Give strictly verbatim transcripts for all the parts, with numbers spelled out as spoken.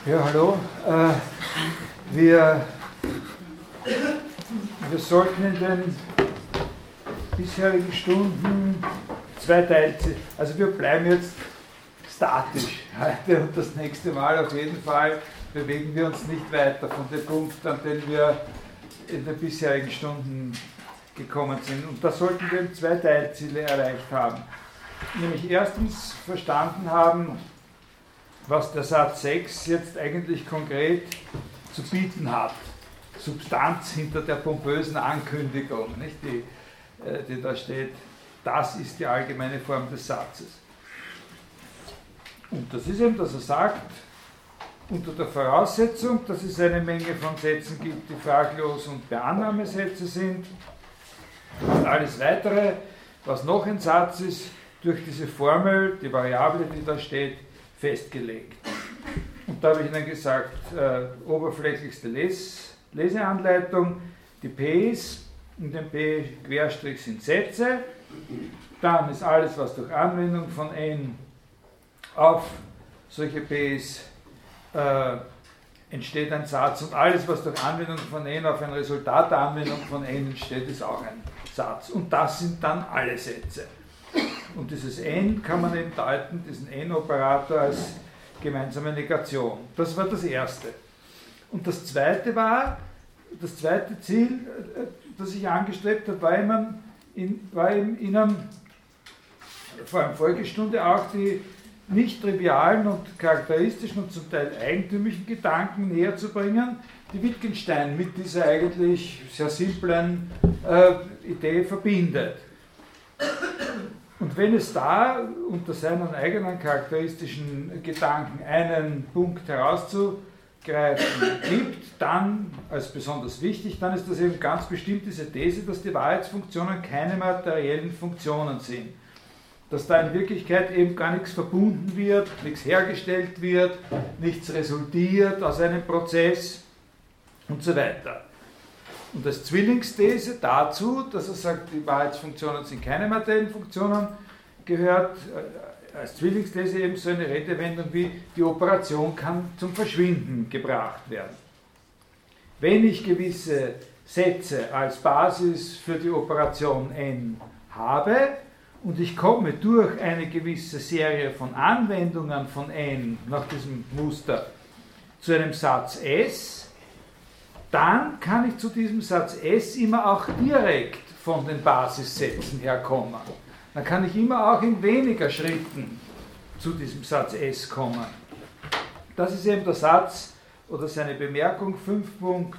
Ja, hallo. Äh, wir, wir sollten in den bisherigen Stunden zwei Teile, also wir bleiben jetzt statisch. Heute und das nächste Mal auf jeden Fall bewegen wir uns nicht weiter von dem Punkt, an den wir in den bisherigen Stunden gekommen sind. Und da sollten wir zwei Teilziele erreicht haben. Nämlich erstens verstanden haben, was der Satz sechs jetzt eigentlich konkret zu bieten hat. Substanz hinter der pompösen Ankündigung, nicht? Die, die da steht, das ist die allgemeine Form des Satzes. Und das ist eben, dass er sagt, unter der Voraussetzung, dass es eine Menge von Sätzen gibt, die fraglos und Beannahmesätze sind, und alles Weitere, was noch ein Satz ist, durch diese Formel, die Variable, die da steht, festgelegt. Und da habe ich Ihnen gesagt, äh, oberflächlichste Les Leseanleitung, die P's und den P Querstrich sind Sätze, dann ist alles, was durch Anwendung von N auf solche P's äh, entsteht ein Satz, und alles, was durch Anwendung von N auf ein Resultat der Anwendung von N entsteht, ist auch ein Satz. Und das sind dann alle Sätze. Und dieses N kann man eben deuten, diesen N-Operator als gemeinsame Negation. Das war das Erste. Und das Zweite war, das zweite Ziel, das ich angestrebt habe, war, immer in, war eben Ihnen vor allem Folgestunde auch die nicht trivialen und charakteristischen und zum Teil eigentümlichen Gedanken näher zu bringen, die Wittgenstein mit dieser eigentlich sehr simplen äh, Idee verbindet. Und wenn es da unter seinen eigenen charakteristischen Gedanken einen Punkt herauszugreifen gibt, dann als besonders wichtig, dann ist das eben ganz bestimmt diese These, dass die Wahrheitsfunktionen keine materiellen Funktionen sind. Dass da in Wirklichkeit eben gar nichts verbunden wird, nichts hergestellt wird, nichts resultiert aus einem Prozess und so weiter. Und als Zwillingsthese dazu, dass er sagt, die Wahrheitsfunktionen sind keine materiellen Funktionen, gehört als Zwillingsthese eben so eine Redewendung wie, die Operation kann zum Verschwinden gebracht werden. Wenn ich gewisse Sätze als Basis für die Operation N habe und ich komme durch eine gewisse Serie von Anwendungen von N nach diesem Muster zu einem Satz S, dann kann ich zu diesem Satz S immer auch direkt von den Basissätzen herkommen. Dann kann ich immer auch in weniger Schritten zu diesem Satz S kommen. Das ist eben der Satz oder seine Bemerkung fünf Punkt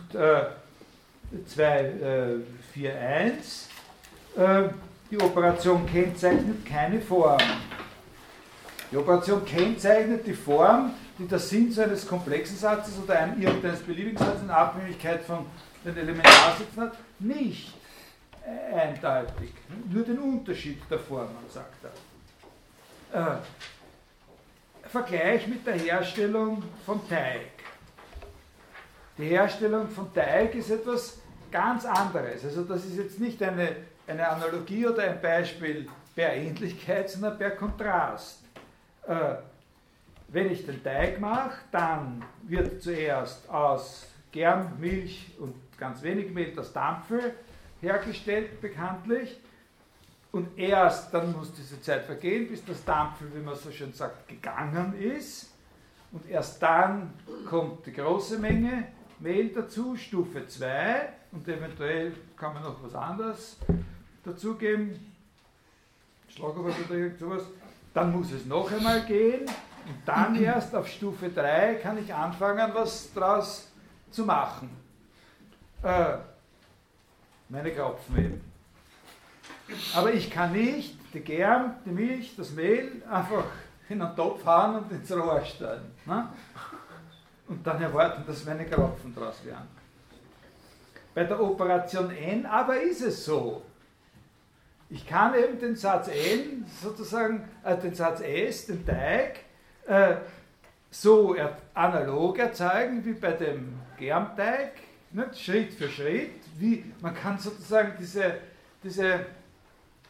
zwei vier eins. Die Operation kennzeichnet keine Form. Die Operation kennzeichnet die Form, die der Sinn so eines komplexen Satzes oder einem irgendeines beliebigen Satzes in Abhängigkeit von den Elementarsätzen hat, nicht eindeutig. Nur den Unterschied der Formen, sagt er. Äh, Vergleich mit der Herstellung von Teig. Die Herstellung von Teig ist etwas ganz anderes. Also das ist jetzt nicht eine, eine Analogie oder ein Beispiel per Ähnlichkeit, sondern per Kontrast. Äh, Wenn ich den Teig mache, dann wird zuerst aus Germ, Milch und ganz wenig Mehl das Dampfel hergestellt, bekanntlich. Und erst dann muss diese Zeit vergehen, bis das Dampfel, wie man so schön sagt, gegangen ist. Und erst dann kommt die große Menge Mehl dazu, Stufe zwei. Und eventuell kann man noch was anderes dazugeben, Schlagobers oder irgend sowas. Dann muss es noch einmal gehen. Und dann erst auf Stufe drei kann ich anfangen, was daraus zu machen. Äh, meine Kropfen eben. Aber ich kann nicht die Germ, die Milch, das Mehl einfach in einen Topf hauen und ins Rohr stellen. Ne? Und dann erwarten, dass meine Kropfen daraus werden. Bei der Operation N aber ist es so. Ich kann eben den Satz N, sozusagen, äh, den Satz S, den Teig, Äh, so er, analog erzeugen wie bei dem Germteig, nicht? Schritt für Schritt. Wie, man kann sozusagen diese, diese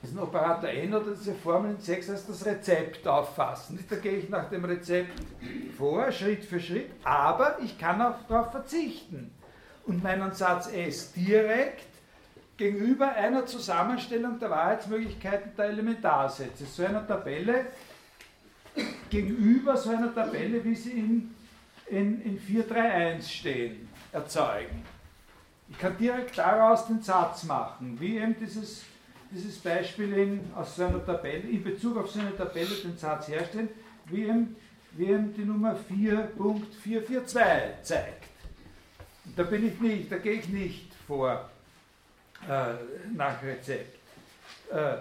diesen Operator N oder diese Formel in sechs als das Rezept auffassen. Da gehe ich nach dem Rezept vor, Schritt für Schritt, aber ich kann auch darauf verzichten und meinen Satz S direkt gegenüber einer Zusammenstellung der Wahrheitsmöglichkeiten der Elementarsätze, so einer Tabelle, gegenüber so einer Tabelle, wie sie in, in, in vier drei eins stehen, erzeugen. Ich kann direkt daraus den Satz machen, wie eben dieses, dieses Beispiel in, aus so einer Tabelle, in Bezug auf so eine Tabelle den Satz herstellen, wie eben, wie eben die Nummer vier Punkt vier vier zwei zeigt. Da bin ich nicht, da gehe ich nicht vor äh, nach Rezept. Äh,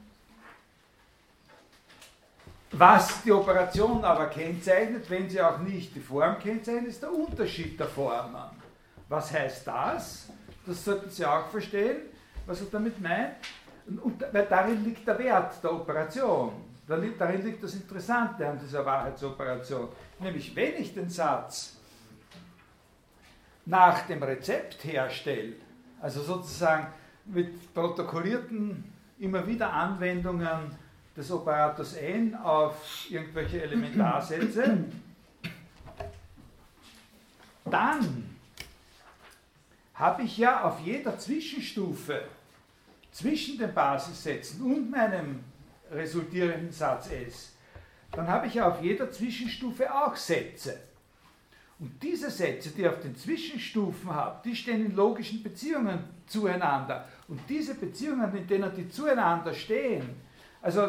Was die Operation aber kennzeichnet, wenn sie auch nicht die Form kennzeichnet, ist der Unterschied der Formen. Was heißt das? Das sollten Sie auch verstehen, was er damit meint. Und, weil darin liegt der Wert der Operation. Darin liegt das Interessante an dieser Wahrheitsoperation. Nämlich, wenn ich den Satz nach dem Rezept herstelle, also sozusagen mit protokollierten immer wieder Anwendungen des Operators N auf irgendwelche Elementarsätze, dann habe ich ja auf jeder Zwischenstufe zwischen den Basissätzen und meinem resultierenden Satz S, dann habe ich ja auf jeder Zwischenstufe auch Sätze. Und diese Sätze, die ich auf den Zwischenstufen habe, die stehen in logischen Beziehungen zueinander. Und diese Beziehungen, in denen die zueinander stehen, also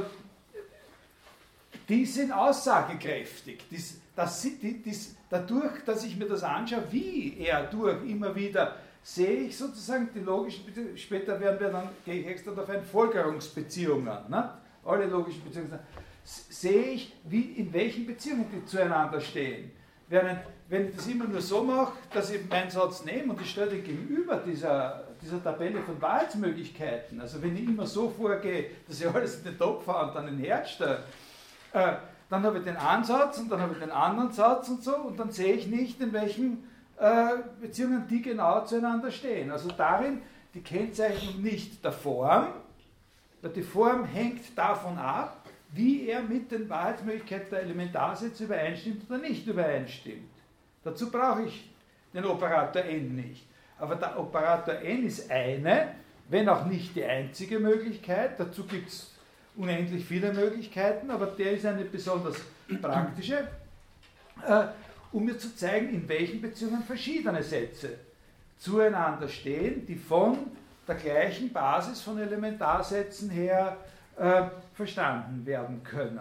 die sind aussagekräftig. Dies, das, die, dies, dadurch, dass ich mir das anschaue, wie er durch immer wieder, sehe ich sozusagen die logischen Beziehungen, später werden wir dann, gehe ich extra darauf ein, Folgerungsbeziehungen, ne? Alle logischen Beziehungen, sehe ich, wie, in welchen Beziehungen die zueinander stehen. Während, wenn ich das immer nur so mache, dass ich meinen Satz nehme und ich stelle den gegenüber dieser, dieser Tabelle von Wahrheitsmöglichkeiten, also wenn ich immer so vorgehe, dass ich alles in den Topf haue und dann in den Herd stelle, äh, dann habe ich den Ansatz und dann habe ich den anderen Satz und so und dann sehe ich nicht, in welchen äh, Beziehungen die genau zueinander stehen. Also darin die Kennzeichnung nicht der Form, weil die Form hängt davon ab, wie er mit den Wahrheitsmöglichkeiten der Elementarsätze übereinstimmt oder nicht übereinstimmt. Dazu brauche ich den Operator N nicht. Aber der Operator N ist eine, wenn auch nicht die einzige Möglichkeit, dazu gibt es unendlich viele Möglichkeiten, aber der ist eine besonders praktische, äh, um mir zu zeigen, in welchen Beziehungen verschiedene Sätze zueinander stehen, die von der gleichen Basis von Elementarsätzen her äh, verstanden werden können.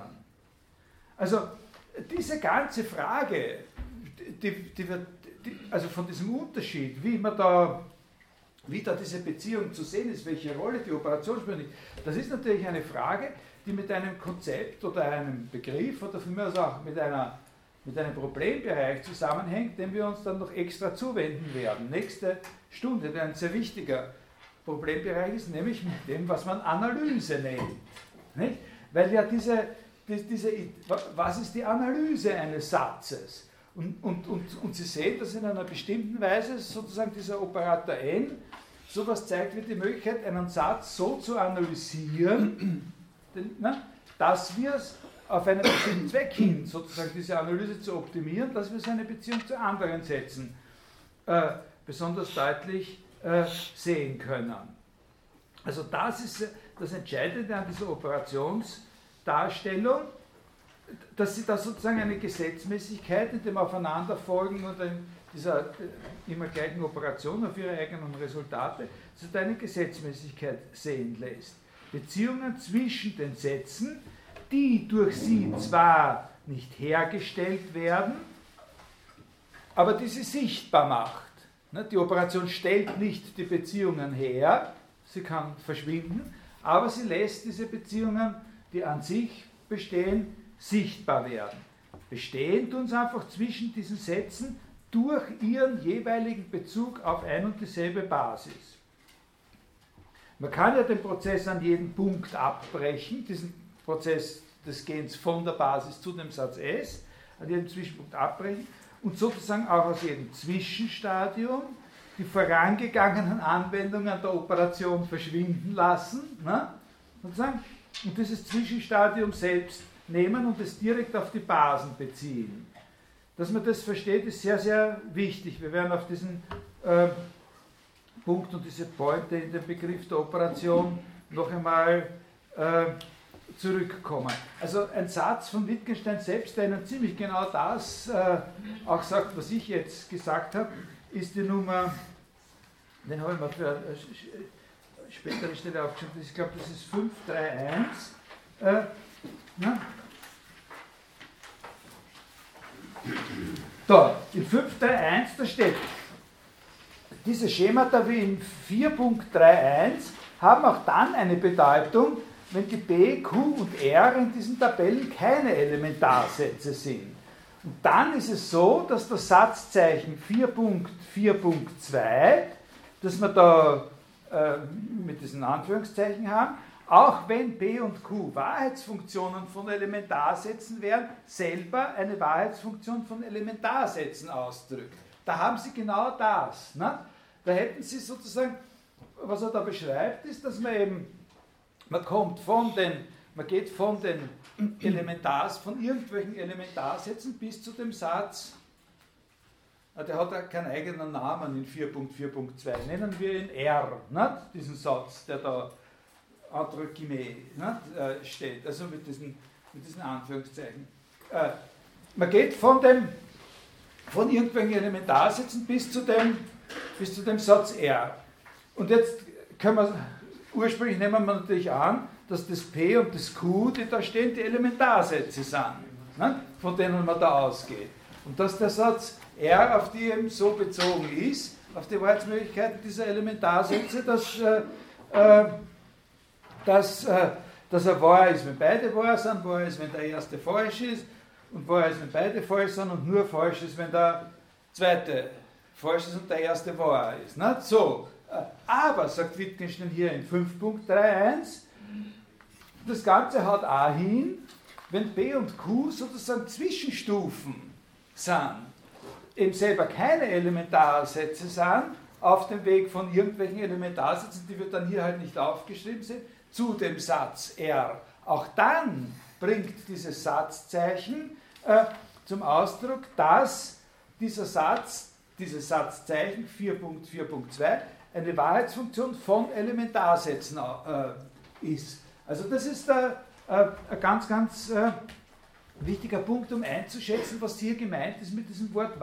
Also diese ganze Frage, die, die wird, die, also von diesem Unterschied, wie man da, wie da diese Beziehung zu sehen ist, welche Rolle die Operation spielt, das ist natürlich eine Frage, die mit einem Konzept oder einem Begriff oder von mir aus auch mit, einer, mit einem Problembereich zusammenhängt, dem wir uns dann noch extra zuwenden werden. Nächste Stunde, der ein sehr wichtiger Problembereich ist, nämlich mit dem, was man Analyse nennt. Nicht? Weil ja diese, die, diese, was ist die Analyse eines Satzes? Und, und, und, und Sie sehen, dass in einer bestimmten Weise sozusagen dieser Operator N sowas zeigt wie die Möglichkeit, einen Satz so zu analysieren, denn, na, dass wir es auf einen bestimmten Zweck hin, sozusagen diese Analyse zu optimieren, dass wir seine Beziehung zu anderen Sätzen äh, besonders deutlich äh, sehen können. Also das ist das Entscheidende an dieser Operationsdarstellung, dass sie da sozusagen eine Gesetzmäßigkeit in dem Aufeinanderfolgen und in dieser immer gleichen Operation auf ihre eigenen Resultate, dass da eine Gesetzmäßigkeit sehen lässt. Beziehungen zwischen den Sätzen, die durch sie zwar nicht hergestellt werden, aber die sie sichtbar macht. Die Operation stellt nicht die Beziehungen her, sie kann verschwinden, aber sie lässt diese Beziehungen, die an sich bestehen, sichtbar werden. Bestehen tun sie einfach zwischen diesen Sätzen durch ihren jeweiligen Bezug auf ein und dieselbe Basis. Man kann ja den Prozess an jedem Punkt abbrechen, diesen Prozess des Gehens von der Basis zu dem Satz S, an jedem Zwischenpunkt abbrechen und sozusagen auch aus jedem Zwischenstadium die vorangegangenen Anwendungen der Operation verschwinden lassen, ne? sozusagen, und dieses Zwischenstadium selbst nehmen und es direkt auf die Basen beziehen. Dass man das versteht, ist sehr, sehr wichtig. Wir werden auf diesen äh, Punkt und diese Pointe in dem Begriff der Operation noch einmal äh, zurückkommen. Also ein Satz von Wittgenstein selbst, der Ihnen ziemlich genau das äh, auch sagt, was ich jetzt gesagt habe, ist die Nummer, den habe ich mal für eine spätere Stelle aufgeschrieben, ich glaube, das ist fünf drei eins. Äh, na? Da, in fünf drei eins, da steht, diese Schemata wie in vier Punkt drei eins haben auch dann eine Bedeutung, wenn die B, Q und R in diesen Tabellen keine Elementarsätze sind. Und dann ist es so, dass das Satzzeichen vier Punkt vier Punkt zwei, das wir da äh, mit diesen Anführungszeichen haben, auch wenn P und Q Wahrheitsfunktionen von Elementarsätzen wären, selber eine Wahrheitsfunktion von Elementarsätzen ausdrückt. Da haben Sie genau das. Ne? Da hätten Sie sozusagen, was er da beschreibt, ist, dass man eben, man kommt von den, man geht von den Elementars, von irgendwelchen Elementarsätzen bis zu dem Satz, der hat ja keinen eigenen Namen in vier Punkt vier Punkt zwei, nennen wir ihn R, ne? Diesen Satz, der da entre guillemets, ne? steht, also mit diesen, mit diesen Anführungszeichen. Äh, man geht von dem, von irgendwelchen Elementarsätzen bis zu dem, bis zu dem Satz R. Und jetzt können wir, ursprünglich nehmen wir natürlich an, dass das P und das Q, die da stehen, die Elementarsätze sind, ne? Von denen man da ausgeht. Und dass der Satz R auf die eben so bezogen ist, auf die Wahrheitsmöglichkeiten dieser Elementarsätze, dass, äh, äh, dass, äh, dass er wahr ist, wenn beide wahr sind, wahr ist, wenn der erste falsch ist, und wahr ist, wenn beide falsch sind, und nur falsch ist, wenn der zweite falsch ist und der erste wahr ist. Ne? So. Aber, sagt Wittgenstein hier in fünf Punkt drei eins, das Ganze hat auch hin, wenn P und Q sozusagen Zwischenstufen sind, eben selber keine Elementarsätze sind, auf dem Weg von irgendwelchen Elementarsätzen, die wir dann hier halt nicht aufgeschrieben sind, zu dem Satz R. Auch dann bringt dieses Satzzeichen äh, zum Ausdruck, dass dieser Satz, dieses Satzzeichen vier Punkt vier Punkt zwei eine Wahrheitsfunktion von Elementarsätzen äh, ist. Also das ist äh, äh, ein ganz, ganz äh, wichtiger Punkt, um einzuschätzen, was hier gemeint ist mit diesem Wort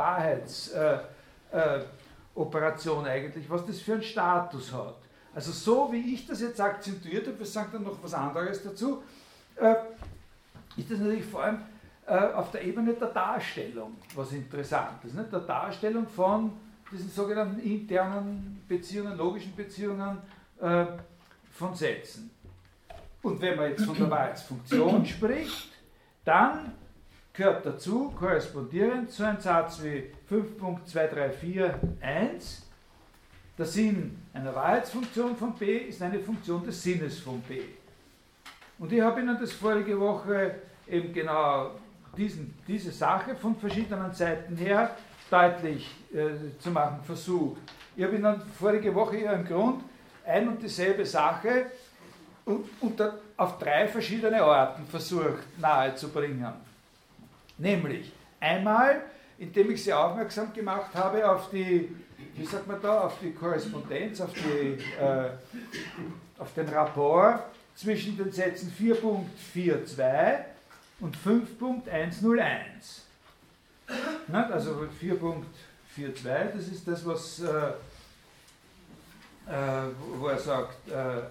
Wahrheitsoperation äh, äh, eigentlich, was das für einen Status hat. Also so wie ich das jetzt akzentuiert habe, wir sagen dann noch was anderes dazu, äh, ist das natürlich vor allem äh, auf der Ebene der Darstellung was Interessantes, ne? Der Darstellung von diesen sogenannten internen Beziehungen, logischen Beziehungen äh, von Sätzen. Und wenn man jetzt von der Wahrheitsfunktion spricht, dann gehört dazu, korrespondierend zu einem Satz wie fünf Punkt zwei drei vier eins, der Sinn einer Wahrheitsfunktion von P ist eine Funktion des Sinnes von P. Und ich habe Ihnen das vorige Woche eben genau diesen, diese Sache von verschiedenen Seiten her deutlich äh, zu machen versucht. Ich habe Ihnen vorige Woche ja im Grund ein und dieselbe Sache und, und auf drei verschiedene Orten versucht nahezubringen. Nämlich einmal, indem ich Sie aufmerksam gemacht habe auf die, wie sagt man da, auf die Korrespondenz, auf, die, äh, auf den Rapport zwischen den Sätzen vier Punkt vier zwei und fünf Punkt eins null eins. Also vier Punkt vier zwei, das ist das, was, äh, äh, wo er sagt, äh,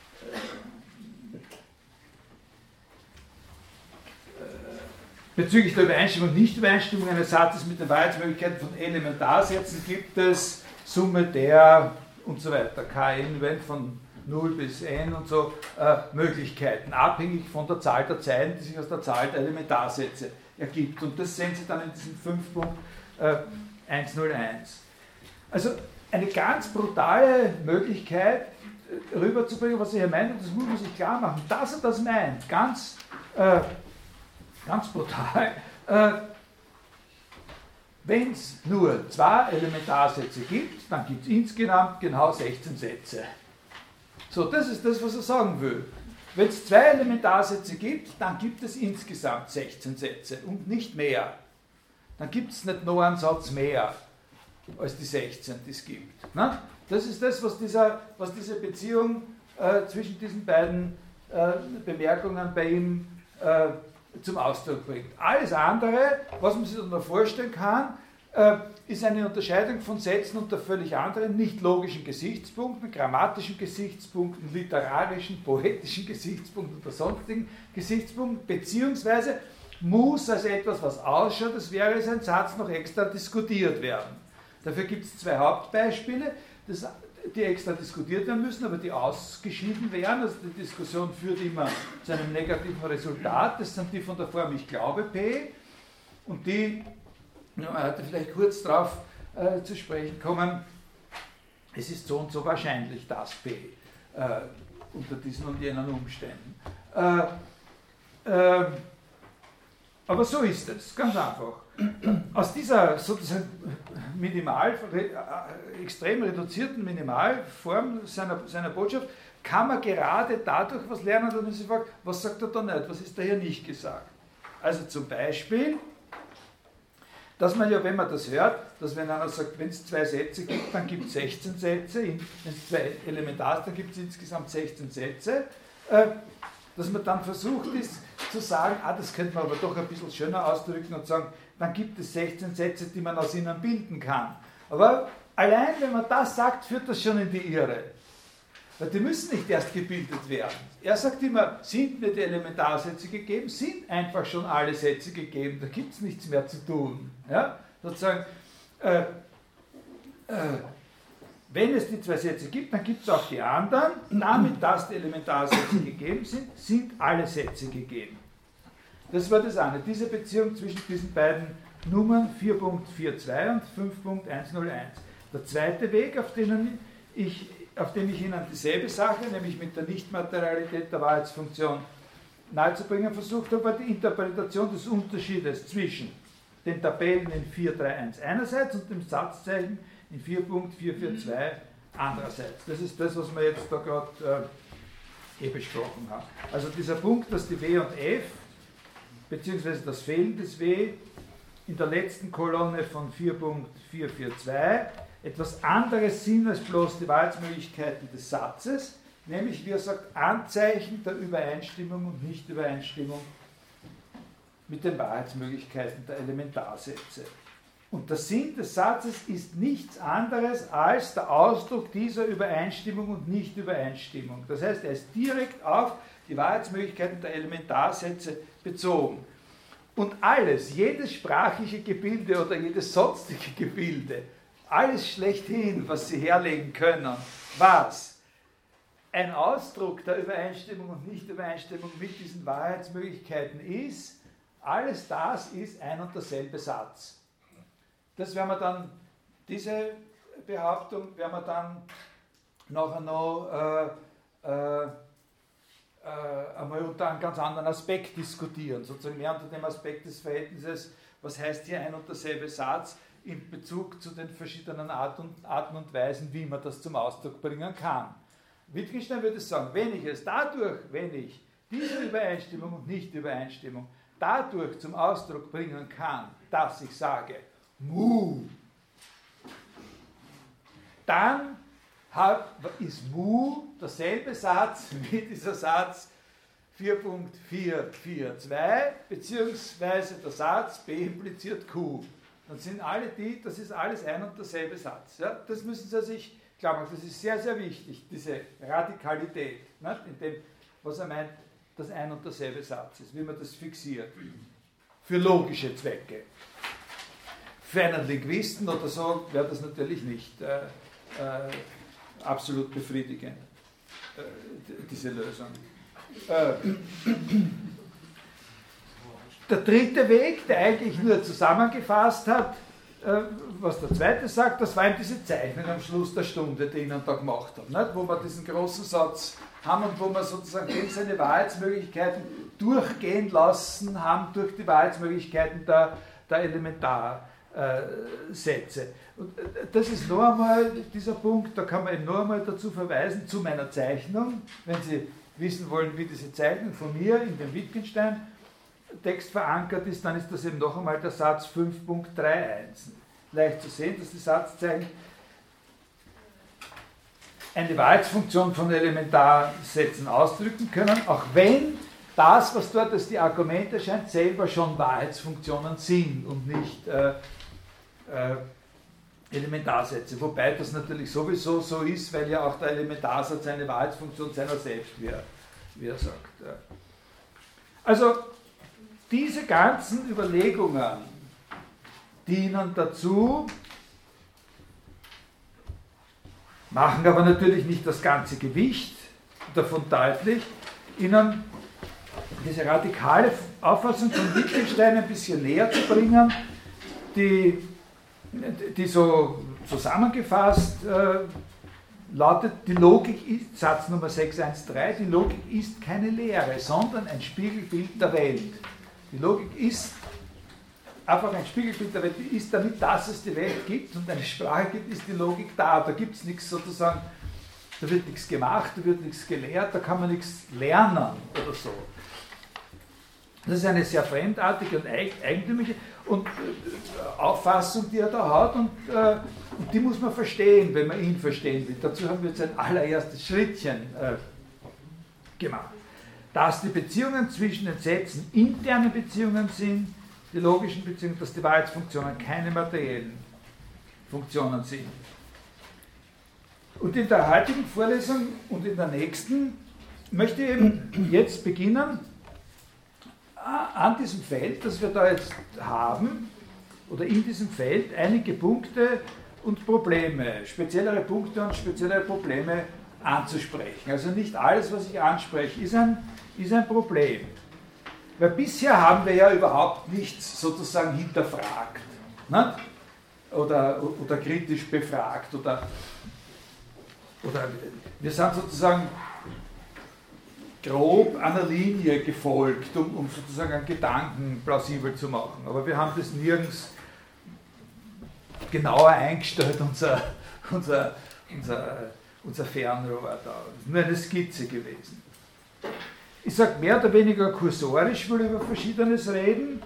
bezüglich der Übereinstimmung und Nichtübereinstimmung eines Satzes mit den Wahrheitsmöglichkeiten von Elementarsätzen gibt es Summe der und so weiter, Kn, wenn von null bis n und so, äh, Möglichkeiten, abhängig von der Zahl der Zeilen, die sich aus der Zahl der Elementarsätze ergibt. Und das sehen Sie dann in diesem fünf Punkt eins null eins. Also eine ganz brutale Möglichkeit rüberzubringen, was er hier meint, und das muss man sich klar machen, dass er das meint, ganz, äh, ganz brutal. Äh, Wenn es nur zwei Elementarsätze gibt, dann gibt es insgesamt genau sechzehn Sätze. So, das ist das, was er sagen will. wenn es zwei Elementarsätze gibt, dann gibt es insgesamt sechzehn Sätze und nicht mehr. Dann gibt es nicht noch einen Satz mehr als die sechzehn, die es gibt. Na? Das ist das, was, dieser, was diese Beziehung äh, zwischen diesen beiden äh, Bemerkungen bei ihm äh, zum Ausdruck bringt. Alles andere, was man sich dann noch vorstellen kann, äh, ist eine Unterscheidung von Sätzen unter völlig anderen, nicht logischen Gesichtspunkten, grammatischen Gesichtspunkten, literarischen, poetischen Gesichtspunkten oder sonstigen Gesichtspunkten, beziehungsweise muss als etwas, was ausschaut, als wäre es ein Satz, noch extra diskutiert werden. Dafür gibt es zwei Hauptbeispiele, das, die extra diskutiert werden müssen, aber die ausgeschieden werden. Also die Diskussion führt immer zu einem negativen Resultat. Das sind die von der Form Ich glaube P und die, man hatte vielleicht kurz darauf äh, zu sprechen kommen, es ist so und so wahrscheinlich das P äh, unter diesen und jenen Umständen. Äh, äh, aber so ist es, ganz einfach. Aus dieser sozusagen minimal, äh, extrem reduzierten Minimalform seiner, seiner Botschaft kann man gerade dadurch was lernen, dass man sich fragt, was sagt er da nicht, was ist da hier nicht gesagt. Also zum Beispiel, dass man ja, wenn man das hört, dass wenn einer sagt, wenn es zwei Sätze gibt, dann gibt es sechzehn Sätze, wenn es zwei Elementare sind, dann gibt es insgesamt sechzehn Sätze, äh, dass man dann versucht ist zu sagen, ah, das könnte man aber doch ein bisschen schöner ausdrücken und sagen, dann gibt es sechzehn Sätze, die man aus ihnen bilden kann. Aber allein, wenn man das sagt, führt das schon in die Irre. Weil die müssen nicht erst gebildet werden. Er sagt immer, sind mir die Elementarsätze gegeben, sind einfach schon alle Sätze gegeben, da gibt es nichts mehr zu tun. Ja? Sozusagen, äh, äh, wenn es die zwei Sätze gibt, dann gibt es auch die anderen. Damit, dass die Elementarsätze gegeben sind, sind alle Sätze gegeben. Das war das eine, diese Beziehung zwischen diesen beiden Nummern vier Punkt zweiundvierzig und fünf Punkt hunderteins. Der zweite Weg, auf den ich, auf dem ich Ihnen dieselbe Sache, nämlich mit der Nichtmaterialität der Wahrheitsfunktion nahezubringen versucht habe, war die Interpretation des Unterschiedes zwischen den Tabellen in vier Punkt dreiundreißig einerseits und dem Satzzeichen in vier Punkt vierhundertvierundzwanzig andererseits. Das ist das, was wir jetzt da gerade äh, eh besprochen haben. Also dieser Punkt, dass die W und F beziehungsweise das Fehlen des W in der letzten Kolonne von vier Punkt vierhundertvierundzwanzig etwas anderes sind als bloß die Wahrheitsmöglichkeiten des Satzes, nämlich, wie er sagt, Anzeichen der Übereinstimmung und Nichtübereinstimmung mit den Wahrheitsmöglichkeiten der Elementarsätze. Und der Sinn des Satzes ist nichts anderes als der Ausdruck dieser Übereinstimmung und Nichtübereinstimmung. Das heißt, er ist direkt auf die Wahrheitsmöglichkeiten der Elementarsätze bezogen. Und alles, jedes sprachliche Gebilde oder jedes sonstige Gebilde, alles schlechthin, was Sie herlegen können, was ein Ausdruck der Übereinstimmung und Nichtübereinstimmung mit diesen Wahrheitsmöglichkeiten ist, alles das ist ein und derselbe Satz. Das werden wir dann, diese Behauptung werden wir dann nachher noch äh, äh, äh, einmal unter einem ganz anderen Aspekt diskutieren, sozusagen mehr unter dem Aspekt des Verhältnisses, was heißt hier ein und derselbe Satz in Bezug zu den verschiedenen Art und, Arten und Weisen, wie man das zum Ausdruck bringen kann. Wittgenstein würde sagen, wenn ich es dadurch, wenn ich diese Übereinstimmung und Nichtübereinstimmung dadurch zum Ausdruck bringen kann, dass ich sage, Mu, dann hat, ist Mu derselbe Satz wie dieser Satz vier Punkt vierhundertvierundzwanzig, beziehungsweise der Satz B impliziert Q. Dann sind alle die, das ist alles ein und derselbe Satz. Ja? Das müssen Sie sich klar machen, das ist sehr, sehr wichtig, diese Radikalität, nicht? In dem, was er meint, dass ein und derselbe Satz ist, wie man das fixiert. Für logische Zwecke. Für einen Linguisten oder so wäre das natürlich nicht äh, äh, absolut befriedigend, äh, diese Lösung. Äh, der dritte Weg, der eigentlich nur zusammengefasst hat, äh, was der zweite sagt, das war eben diese Zeichnung am Schluss der Stunde, die ich Ihnen da gemacht habe, nicht? Wo wir diesen großen Satz haben und wo wir sozusagen seine Wahrheitsmöglichkeiten durchgehen lassen haben durch die Wahrheitsmöglichkeiten der, der Elementarsätze. Und das ist noch einmal dieser Punkt, da kann man eben noch einmal dazu verweisen, zu meiner Zeichnung, wenn Sie wissen wollen, wie diese Zeichnung von mir in dem Wittgenstein-Text verankert ist, dann ist das eben noch einmal der Satz fünf Punkt drei eins. Leicht zu sehen, dass die Satzzeichen eine Wahrheitsfunktion von Elementarsätzen ausdrücken können, auch wenn das, was dort als die Argumente erscheint, selber schon Wahrheitsfunktionen sind und nicht äh, äh, Elementarsätze. Wobei das natürlich sowieso so ist, weil ja auch der Elementarsatz eine Wahrheitsfunktion seiner selbst, wie er, wie er sagt. Also diese ganzen Überlegungen dienen dazu, machen aber natürlich nicht das ganze Gewicht davon deutlich, ihnen diese radikale Auffassung von Wittgenstein ein bisschen näher zu bringen, die, die so zusammengefasst äh, lautet, die Logik ist, Satz Nummer sechshundertzehn, die Logik ist keine Lehre, sondern ein Spiegelbild der Welt. Die Logik ist einfach ein Spiegelbild der Welt, die ist damit, dass es die Welt gibt und eine Sprache gibt, ist die Logik da. Da gibt es nichts sozusagen, da wird nichts gemacht, da wird nichts gelehrt, da kann man nichts lernen oder so. Das ist eine sehr fremdartige und eigentümliche und, äh, Auffassung, die er da hat und, äh, und die muss man verstehen, wenn man ihn verstehen will. Dazu haben wir jetzt ein allererstes Schrittchen äh, gemacht. Dass die Beziehungen zwischen den Sätzen interne Beziehungen sind, die logischen Beziehungen, dass die Wahrheitsfunktionen keine materiellen Funktionen sind. Und in der heutigen Vorlesung und in der nächsten möchte ich eben jetzt beginnen, an diesem Feld, das wir da jetzt haben, oder in diesem Feld einige Punkte und Probleme, speziellere Punkte und speziellere Probleme anzusprechen. Also nicht alles, was ich anspreche, ist ein, ist ein Problem. Weil bisher haben wir ja überhaupt nichts sozusagen hinterfragt, ne? oder, oder kritisch befragt. Oder, oder wir sind sozusagen grob einer Linie gefolgt, um, um sozusagen einen Gedanken plausibel zu machen. Aber wir haben das nirgends genauer eingestellt, unser, unser, unser, unser Fernrohr da. Das ist nur eine Skizze gewesen. Ich sage mehr oder weniger kursorisch, will über Verschiedenes reden.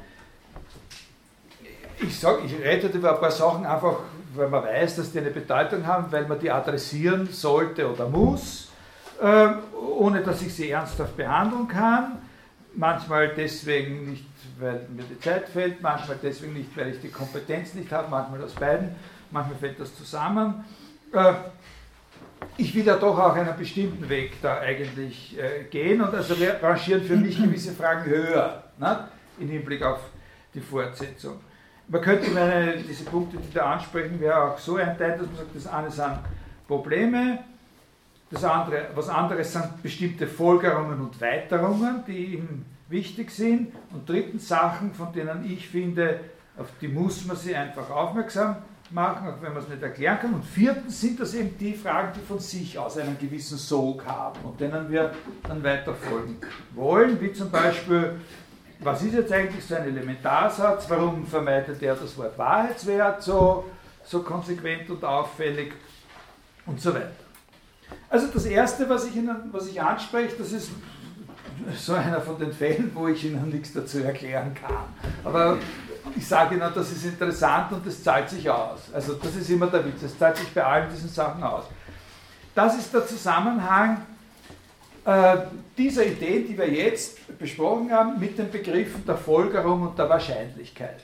Ich sage, ich rede über ein paar Sachen einfach, weil man weiß, dass die eine Bedeutung haben, weil man die adressieren sollte oder muss, äh, ohne dass ich sie ernsthaft behandeln kann. Manchmal deswegen nicht, weil mir die Zeit fehlt, manchmal deswegen nicht, weil ich die Kompetenz nicht habe, manchmal aus beiden, manchmal fällt das zusammen. Äh, Ich will ja doch auch einen bestimmten Weg da eigentlich äh, gehen und also wir rangieren für mich gewisse Fragen höher, ne, im Hinblick auf die Fortsetzung. Man könnte meine, diese Punkte, die da ansprechen, wäre auch so einteilen, dass man sagt, das eine sind Probleme, das andere, was anderes sind bestimmte Folgerungen und Weiterungen, die ihm wichtig sind und drittens Sachen, von denen ich finde, auf die muss man sie einfach aufmerksam machen, auch wenn man es nicht erklären kann. Und viertens sind das eben die Fragen, die von sich aus einen gewissen Sog haben und denen wir dann weiter folgen wollen, wie zum Beispiel, was ist jetzt eigentlich so ein Elementarsatz, warum vermeidet er das Wort Wahrheitswert so, so konsequent und auffällig und so weiter. Also das Erste, was ich, Ihnen, was ich anspreche, das ist so einer von den Fällen, wo ich Ihnen nichts dazu erklären kann. Aber ich sage Ihnen, das ist interessant und das zahlt sich aus. Also das ist immer der Witz, das zahlt sich bei allen diesen Sachen aus. Das ist der Zusammenhang äh, dieser Ideen, die wir jetzt besprochen haben, mit den Begriffen der Folgerung und der Wahrscheinlichkeit.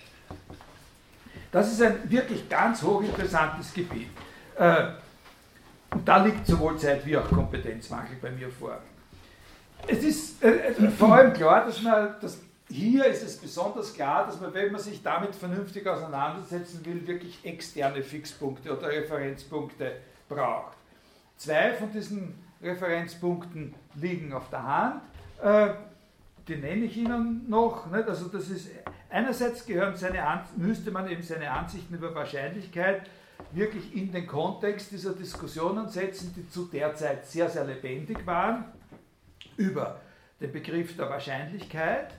Das ist ein wirklich ganz hochinteressantes Gebiet. Äh, und da liegt sowohl Zeit- wie auch Kompetenzmangel bei mir vor. Es ist äh, vor allem klar, dass man das hier ist es besonders klar, dass man, wenn man sich damit vernünftig auseinandersetzen will, wirklich externe Fixpunkte oder Referenzpunkte braucht. Zwei von diesen Referenzpunkten liegen auf der Hand, äh, die nenne ich Ihnen noch. Nicht? Also das ist, einerseits gehören seine, müsste man eben seine Ansichten über Wahrscheinlichkeit wirklich in den Kontext dieser Diskussionen setzen, die zu der Zeit sehr, sehr lebendig waren, über den Begriff der Wahrscheinlichkeit.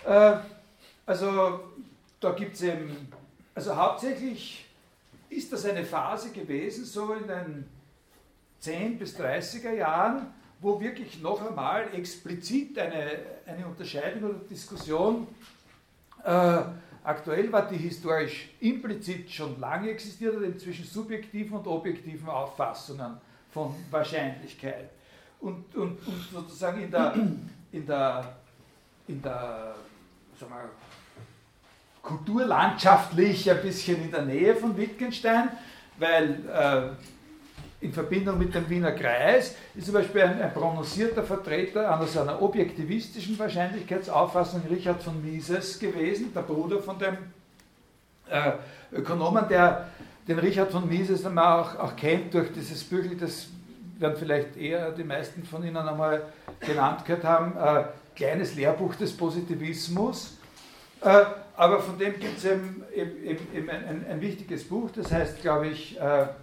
Also da gibt es eben, also hauptsächlich ist das eine Phase gewesen, so in den zehn bis dreißiger Jahren, wo wirklich noch einmal explizit eine, eine Unterscheidung oder Diskussion äh, aktuell war, die historisch implizit schon lange existiert hat, zwischen subjektiven und objektiven Auffassungen von Wahrscheinlichkeit. Und, und, und sozusagen in der, in der, in der sagen wir, kulturlandschaftlich ein bisschen in der Nähe von Wittgenstein, weil äh, in Verbindung mit dem Wiener Kreis ist zum Beispiel ein, ein prononcierter Vertreter einer so einer objektivistischen Wahrscheinlichkeitsauffassung Richard von Mises gewesen, der Bruder von dem äh, Ökonomen, der den Richard von Mises man auch, auch kennt durch dieses Büchlein, das werden vielleicht eher die meisten von Ihnen einmal genannt gehört haben, äh, kleines Lehrbuch des Positivismus. Äh, aber von dem gibt es eben, eben, eben ein, ein, ein wichtiges Buch, das heißt, glaube ich, äh, äh,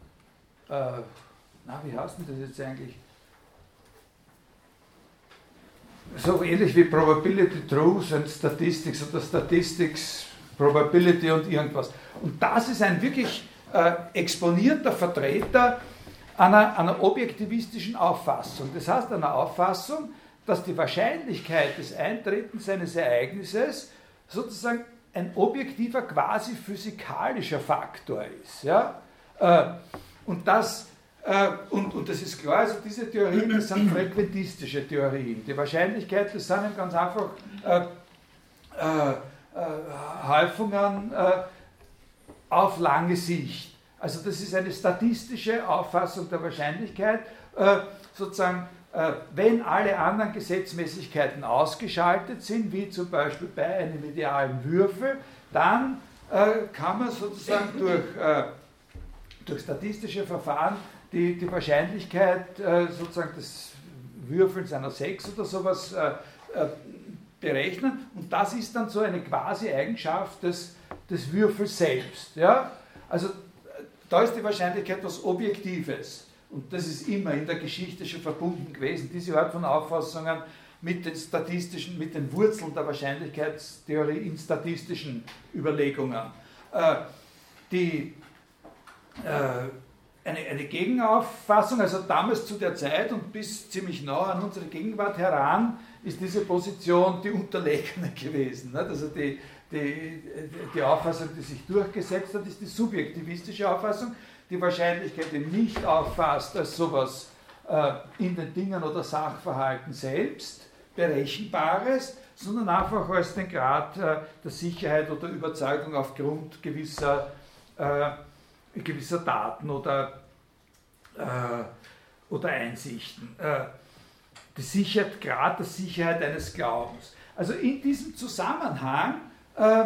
na, wie heißt denn das jetzt eigentlich? So ähnlich wie Probability, Truth and Statistics oder Statistics, Probability und irgendwas. Und das ist ein wirklich äh, exponierter Vertreter einer, einer objektivistischen Auffassung. Das heißt, einer Auffassung, dass die Wahrscheinlichkeit des Eintretens eines Ereignisses sozusagen ein objektiver, quasi physikalischer Faktor ist. Ja? Äh, und, das, äh, und, und das ist klar, also diese Theorien, das sind frequentistische Theorien. Die Wahrscheinlichkeit, das sind ganz einfach äh, äh, äh, Häufungen äh, auf lange Sicht. Also das ist eine statistische Auffassung der Wahrscheinlichkeit, äh, sozusagen, äh, wenn alle anderen Gesetzmäßigkeiten ausgeschaltet sind, wie zum Beispiel bei einem idealen Würfel, dann äh, kann man sozusagen durch, äh, durch statistische Verfahren die, die Wahrscheinlichkeit äh, sozusagen des Würfelns einer sechs oder sowas äh, äh, berechnen, und das ist dann so eine quasi Eigenschaft des, des Würfels selbst. Ja? Also da ist die Wahrscheinlichkeit etwas Objektives, und das ist immer in der Geschichte schon verbunden gewesen, diese Art von Auffassungen mit den statistischen, mit den Wurzeln der Wahrscheinlichkeitstheorie in statistischen Überlegungen. Äh, die, äh, eine, eine Gegenauffassung, also damals zu der Zeit und bis ziemlich nah an unsere Gegenwart heran, ist diese Position die unterlegene gewesen. Nicht? Also die, die, die Auffassung, die sich durchgesetzt hat, ist die subjektivistische Auffassung, die Wahrscheinlichkeit eben nicht auffasst als sowas äh, in den Dingen oder Sachverhalten selbst, Berechenbares, sondern einfach als den Grad äh, der Sicherheit oder Überzeugung aufgrund gewisser, äh, gewisser Daten oder, äh, oder Einsichten. Äh, die Sicherheit, Grad der Sicherheit eines Glaubens. Also in diesem Zusammenhang, äh,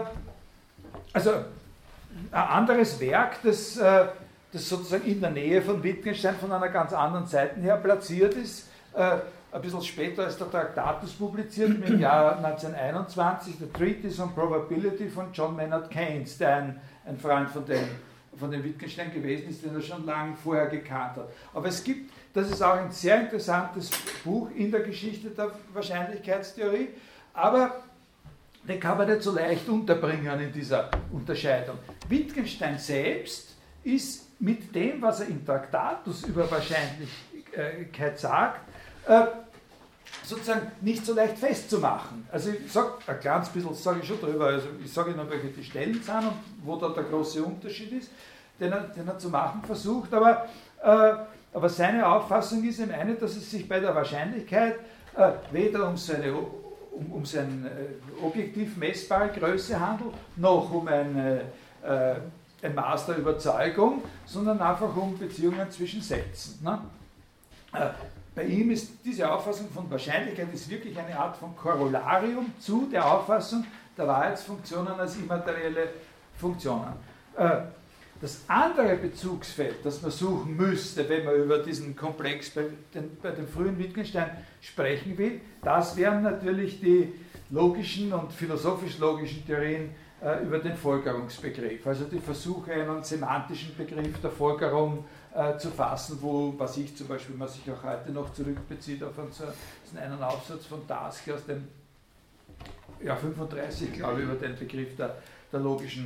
also ein anderes Werk, das, äh, das sozusagen in der Nähe von Wittgenstein von einer ganz anderen Seite her platziert ist, äh, ein bisschen später als der Traktatus publiziert, im Jahr neunzehnhunderteinundzwanzig, The Treatise on Probability von John Maynard Keynes, der ein, ein Freund von dem, von dem Wittgenstein gewesen ist, den er schon lange vorher gekannt hat. Aber es gibt, das ist auch ein sehr interessantes Buch in der Geschichte der Wahrscheinlichkeitstheorie, aber den kann man nicht so leicht unterbringen in dieser Unterscheidung. Wittgenstein selbst ist mit dem, was er im Traktatus über Wahrscheinlichkeit sagt, äh, sozusagen nicht so leicht festzumachen. Also ich sage ein kleines bisschen, sage ich schon drüber, also ich sage Ihnen, welche die Stellen sind und wo da der große Unterschied ist, den er, den er zu machen versucht, aber, äh, aber seine Auffassung ist eben eine, dass es sich bei der Wahrscheinlichkeit äh, weder um seine um, um seine äh, objektiv messbare Größe handelt, noch um eine, äh, ein Maß der Überzeugung, sondern einfach um Beziehungen zwischen Sätzen. Ne? Äh, bei ihm ist diese Auffassung von Wahrscheinlichkeit ist wirklich eine Art von Korollarium zu der Auffassung der Wahrheitsfunktionen als immaterielle Funktionen. Äh, Das andere Bezugsfeld, das man suchen müsste, wenn man über diesen Komplex bei, den, bei dem frühen Wittgenstein sprechen will, das wären natürlich die logischen und philosophisch-logischen Theorien äh, über den Folgerungsbegriff. Also die Versuche, einen semantischen Begriff der Folgerung äh, zu fassen, wo, was ich zum Beispiel, man sich auch heute noch zurückbezieht auf einen, so, einen Aufsatz von Daske aus dem Jahr fünfunddreißig, glaube ich, über den Begriff der, der logischen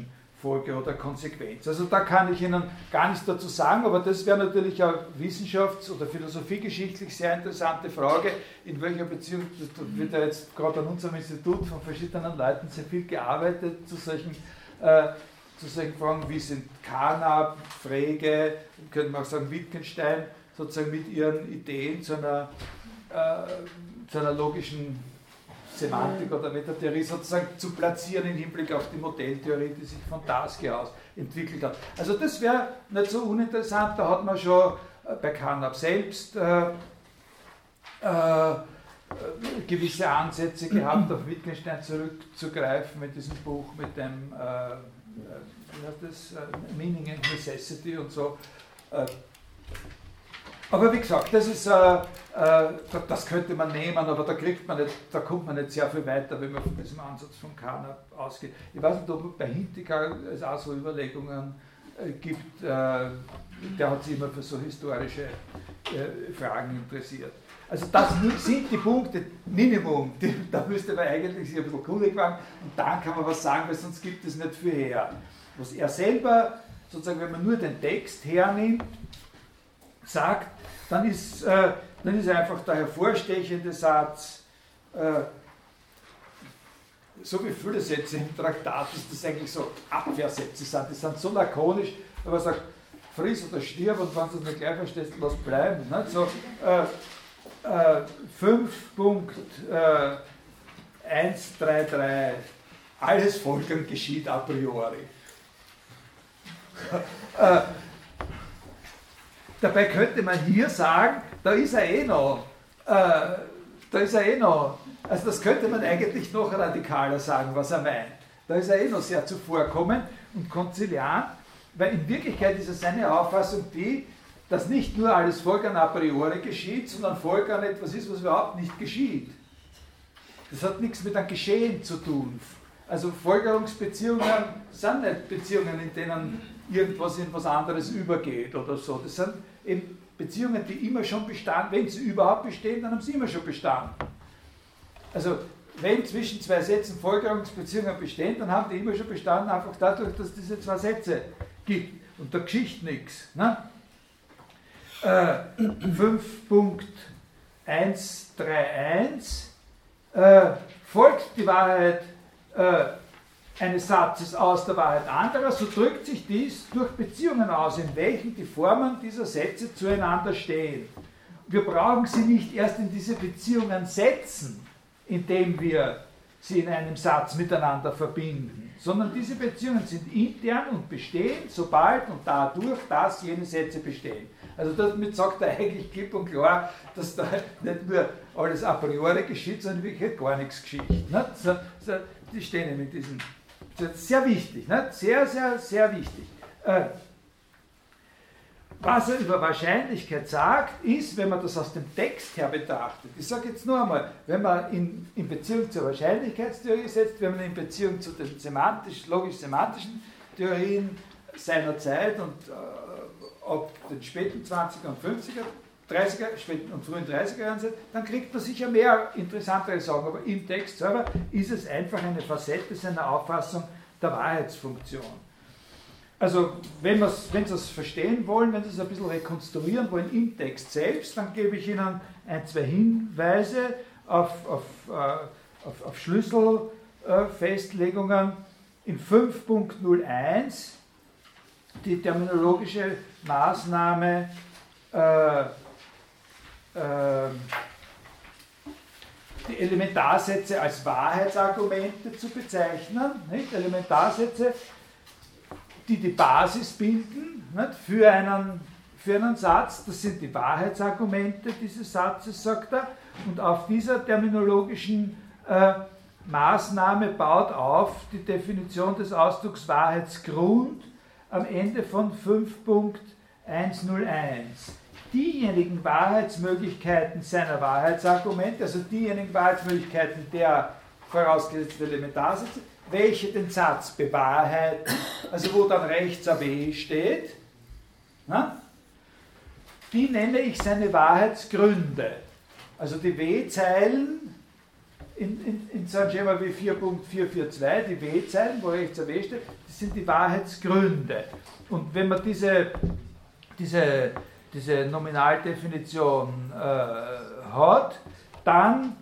Folge oder Konsequenz. Also da kann ich Ihnen gar nichts dazu sagen, aber das wäre natürlich eine wissenschafts- oder philosophiegeschichtlich sehr interessante Frage, in welcher Beziehung, da wird ja jetzt gerade an unserem Institut von verschiedenen Leuten sehr viel gearbeitet zu solchen, äh, zu solchen Fragen, wie sind Carnap, Frege, könnte man auch sagen Wittgenstein, sozusagen mit ihren Ideen zu einer, äh, zu einer logischen Semantik oder Metatheorie sozusagen zu platzieren im Hinblick auf die Modelltheorie, die sich von Tarski aus entwickelt hat. Also das wäre nicht so uninteressant, da hat man schon bei Carnap selbst äh, äh, gewisse Ansätze gehabt, auf Wittgenstein zurückzugreifen mit diesem Buch, mit dem äh, wie heißt das? Meaning and Necessity und so. Äh, Aber wie gesagt, das ist, äh, äh, das könnte man nehmen, aber da kriegt man nicht, da kommt man nicht sehr viel weiter, wenn man von diesem Ansatz von Carnap ausgeht. Ich weiß nicht, ob bei Hintikal es auch so Überlegungen äh, gibt, äh, der hat sich immer für so historische äh, Fragen interessiert. Also das sind die Punkte, Minimum, die, da müsste man eigentlich sich ein bisschen kundig machen und dann kann man was sagen, weil sonst gibt es nicht viel her. Was er selber, sozusagen, wenn man nur den Text hernimmt, sagt, dann ist, äh, dann ist einfach der hervorstechende Satz, äh, so wie viele Sätze im Traktat, dass das eigentlich so Abwehrsätze sind, die sind so lakonisch, wenn man sagt, friss oder stirb und wenn du es nicht gleich verstehst, lass bleiben. Nicht? So, äh, äh, fünf Punkt eins drei drei, alles Folgern geschieht a priori. äh, Dabei könnte man hier sagen, da ist er eh noch, äh, da ist er eh noch, also das könnte man eigentlich noch radikaler sagen, was er meint. Da ist er eh noch sehr zuvorkommend und konziliant, weil in Wirklichkeit ist es seine Auffassung die, dass nicht nur alles Folgern a priori geschieht, sondern Folgern etwas ist, was überhaupt nicht geschieht. Das hat nichts mit einem Geschehen zu tun. Also Folgerungsbeziehungen sind nicht Beziehungen, in denen irgendwas in was anderes übergeht oder so. Das sind eben Beziehungen, die immer schon bestanden. Wenn sie überhaupt bestehen, dann haben sie immer schon bestanden. Also wenn zwischen zwei Sätzen Folgerungsbeziehungen bestehen, dann haben die immer schon bestanden, einfach dadurch, dass es diese zwei Sätze gibt. Und da geschieht nichts. Ne? Äh, fünf Punkt eins drei eins äh, folgt die Wahrheit äh, eines Satzes aus der Wahrheit anderer, so drückt sich dies durch Beziehungen aus, in welchen die Formen dieser Sätze zueinander stehen. Wir brauchen sie nicht erst in diese Beziehungen setzen, indem wir sie in einem Satz miteinander verbinden, sondern diese Beziehungen sind intern und bestehen, sobald und dadurch, dass jene Sätze bestehen. Also damit sagt er eigentlich klipp und klar, dass da nicht nur alles a priori geschieht, sondern wirklich gar nichts geschieht. Ne? So, so, die stehen eben in diesen. Das ist sehr wichtig, ne? sehr, sehr, sehr wichtig. Äh, was er über Wahrscheinlichkeit sagt, ist, wenn man das aus dem Text her betrachtet, ich sage jetzt nur einmal, wenn man in, in Beziehung zur Wahrscheinlichkeitstheorie setzt, wenn man in Beziehung zu den semantisch, logisch-semantischen Theorien seiner Zeit und äh, ab den späten zwanziger und fünfziger, dreißiger, späten und frühen dreißiger Jahren setzt, dann kriegt man sicher mehr interessantere Sachen, aber im Text selber ist es einfach eine Facette seiner Auffassung der Wahrheitsfunktion. Also, wenn Sie es verstehen wollen, wenn Sie es ein bisschen rekonstruieren wollen im Text selbst, dann gebe ich Ihnen ein, zwei Hinweise auf, auf, äh, auf, auf Schlüsselfestlegungen. Äh, in fünf Punkt null eins die terminologische Maßnahme äh, äh, die Elementarsätze als Wahrheitsargumente zu bezeichnen. Nicht? Elementarsätze, die die Basis bilden, nicht? Für, einen, für einen Satz, das sind die Wahrheitsargumente dieses Satzes, sagt er, und auf dieser terminologischen äh, Maßnahme baut auf die Definition des Ausdrucks Wahrheitsgrund am Ende von fünf Punkt eins null eins. Diejenigen Wahrheitsmöglichkeiten seiner Wahrheitsargumente, also diejenigen Wahrheitsmöglichkeiten der vorausgesetzten Elementarsätze, welche den Satz bewahrheiten, also wo dann rechts ein W steht, na, die nenne ich seine Wahrheitsgründe. Also die W-Zeilen in, in, in so einem Schema wie vier Punkt vier vier zwei, die W-Zeilen, wo rechts ein W steht, das sind die Wahrheitsgründe. Und wenn man diese, diese, diese Nominaldefinition äh, hat, dann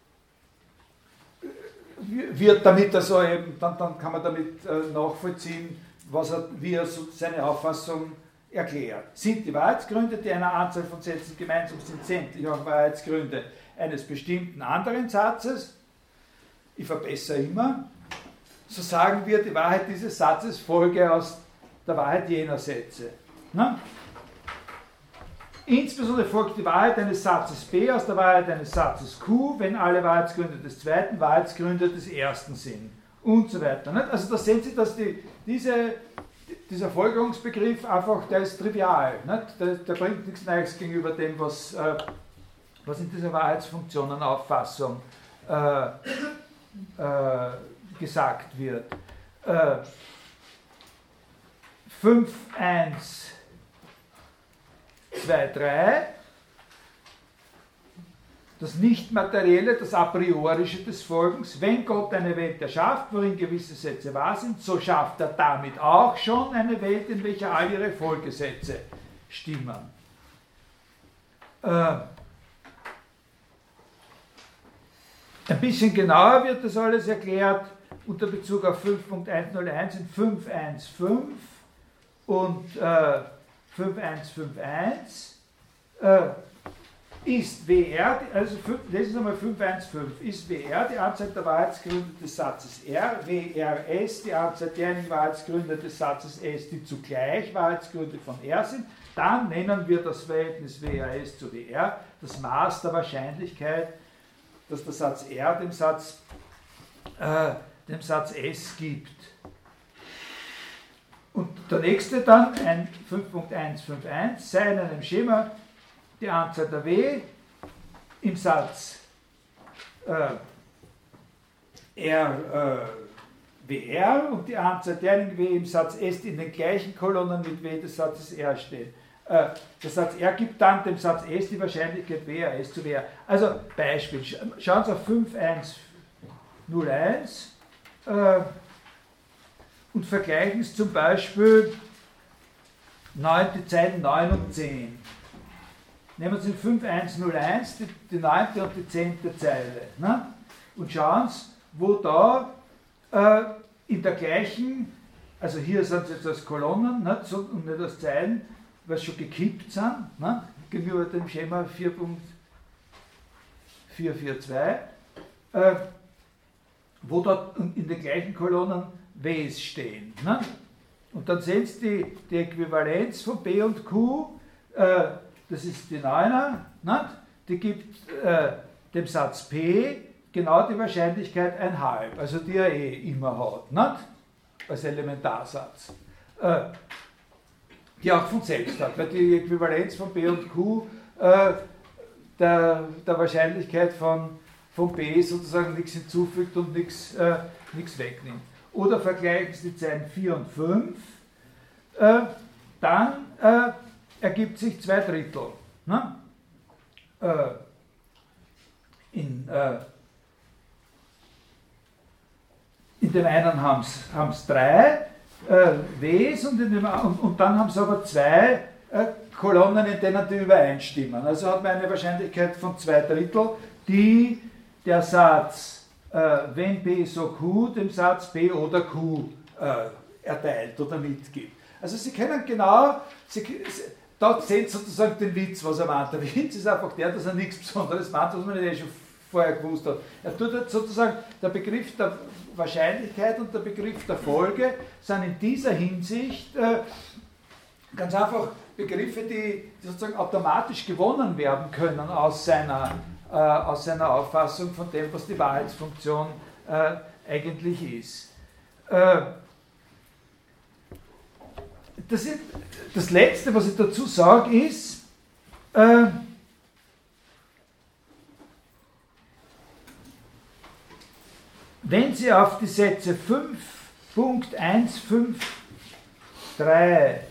wird damit also eben, dann, dann kann man damit äh, nachvollziehen, was er, wie er so seine Auffassung erklärt. Sind die Wahrheitsgründe, die einer Anzahl von Sätzen gemeinsam sind, sämtlich auch Wahrheitsgründe eines bestimmten anderen Satzes? Ich verbessere immer. So sagen wir, die Wahrheit dieses Satzes folge aus der Wahrheit jener Sätze. Na? Insbesondere folgt die Wahrheit eines Satzes B aus der Wahrheit eines Satzes Q, wenn alle Wahrheitsgründe des zweiten Wahrheitsgründe des ersten sind. Und so weiter. Nicht? Also da sehen Sie, dass die, diese, dieser Folgerungsbegriff einfach, der ist trivial. Nicht? Der, der bringt nichts Neues gegenüber dem, was, äh, was in dieser Wahrheitsfunktionenauffassung äh, äh, gesagt wird. Äh, fünf, eins, zwei, drei, das Nichtmaterielle, das A priorische des Folgens. Wenn Gott eine Welt erschafft, worin gewisse Sätze wahr sind, so schafft er damit auch schon eine Welt, in welcher all ihre Folgesätze stimmen. Äh, ein bisschen genauer wird das alles erklärt unter Bezug auf fünf Punkt eins null eins in fünf eins fünf und äh, fünf eins fünf eins. Äh, ist W R, also lesen Sie mal fünf eins fünf, ist W R die Anzahl der Wahrheitsgründe des Satzes R, W R S die Anzahl derjenigen Wahrheitsgründe des Satzes S, die zugleich Wahrheitsgründe von R sind, dann nennen wir das Verhältnis W R S zu W R das Maß der Wahrscheinlichkeit, dass der Satz R dem Satz, äh, dem Satz S gibt. Und der nächste dann, ein fünf Punkt eins fünf eins, sei in einem Schema die Anzahl der W im Satz äh, R äh, W R und die Anzahl derjenigen W im Satz S, die in den gleichen Kolonnen mit W des Satzes R stehen. Äh, der Satz R gibt dann dem Satz S die Wahrscheinlichkeit W R S zu W R. Also Beispiel, schauen Sie auf fünf eins null eins äh, und vergleichen es zum Beispiel neun, die Zeilen neun und zehn. Nehmen Sie fünf eins null eins, die, die neunte und die zehnte Zeile. Ne? Und schauen Sie, wo da äh, in der gleichen, also hier sind es jetzt als Kolonnen nicht, so, und nicht als Zeilen, weil sie schon gekippt sind, ne? Gegenüber dem Schema vier Punkt vier vier zwei, äh, wo dort in den gleichen Kolonnen Ws stehen. Ne? Und dann sehen Sie die, die Äquivalenz von B und Q, äh, das ist die Neuner, nicht? Die gibt äh, dem Satz P genau die Wahrscheinlichkeit ein halb, also die er eh immer hat, nicht? Als Elementarsatz. Äh, die auch von selbst hat, weil die Äquivalenz von B und Q äh, der, der Wahrscheinlichkeit von, von B sozusagen nichts hinzufügt und nichts äh, wegnimmt. Oder vergleichen Sie die Zeilen vier und fünf, äh, dann äh, ergibt sich zwei Drittel. Ne? Äh, in, äh, in dem einen haben es drei äh, Ws und, in dem, und, und dann haben sie aber zwei äh, Kolonnen, in denen die übereinstimmen. Also hat man eine Wahrscheinlichkeit von zwei Drittel, die der Satz, äh, wenn P so Q, dem Satz P oder Q äh, erteilt oder mitgibt. Also Sie können genau, Sie, da sehen Sie sozusagen den Witz, was er meint. Der Witz ist einfach der, dass er nichts Besonderes meint, was man nicht eh schon vorher gewusst hat. Er tut jetzt sozusagen, der Begriff der Wahrscheinlichkeit und der Begriff der Folge sind in dieser Hinsicht äh, ganz einfach Begriffe, die sozusagen automatisch gewonnen werden können aus seiner, äh, aus seiner Auffassung von dem, was die Wahrheitsfunktion äh, eigentlich ist. Äh, das, ist. Das Letzte, was ich dazu sage, ist, äh, wenn Sie auf die Sätze fünf Punkt eins fünf drei,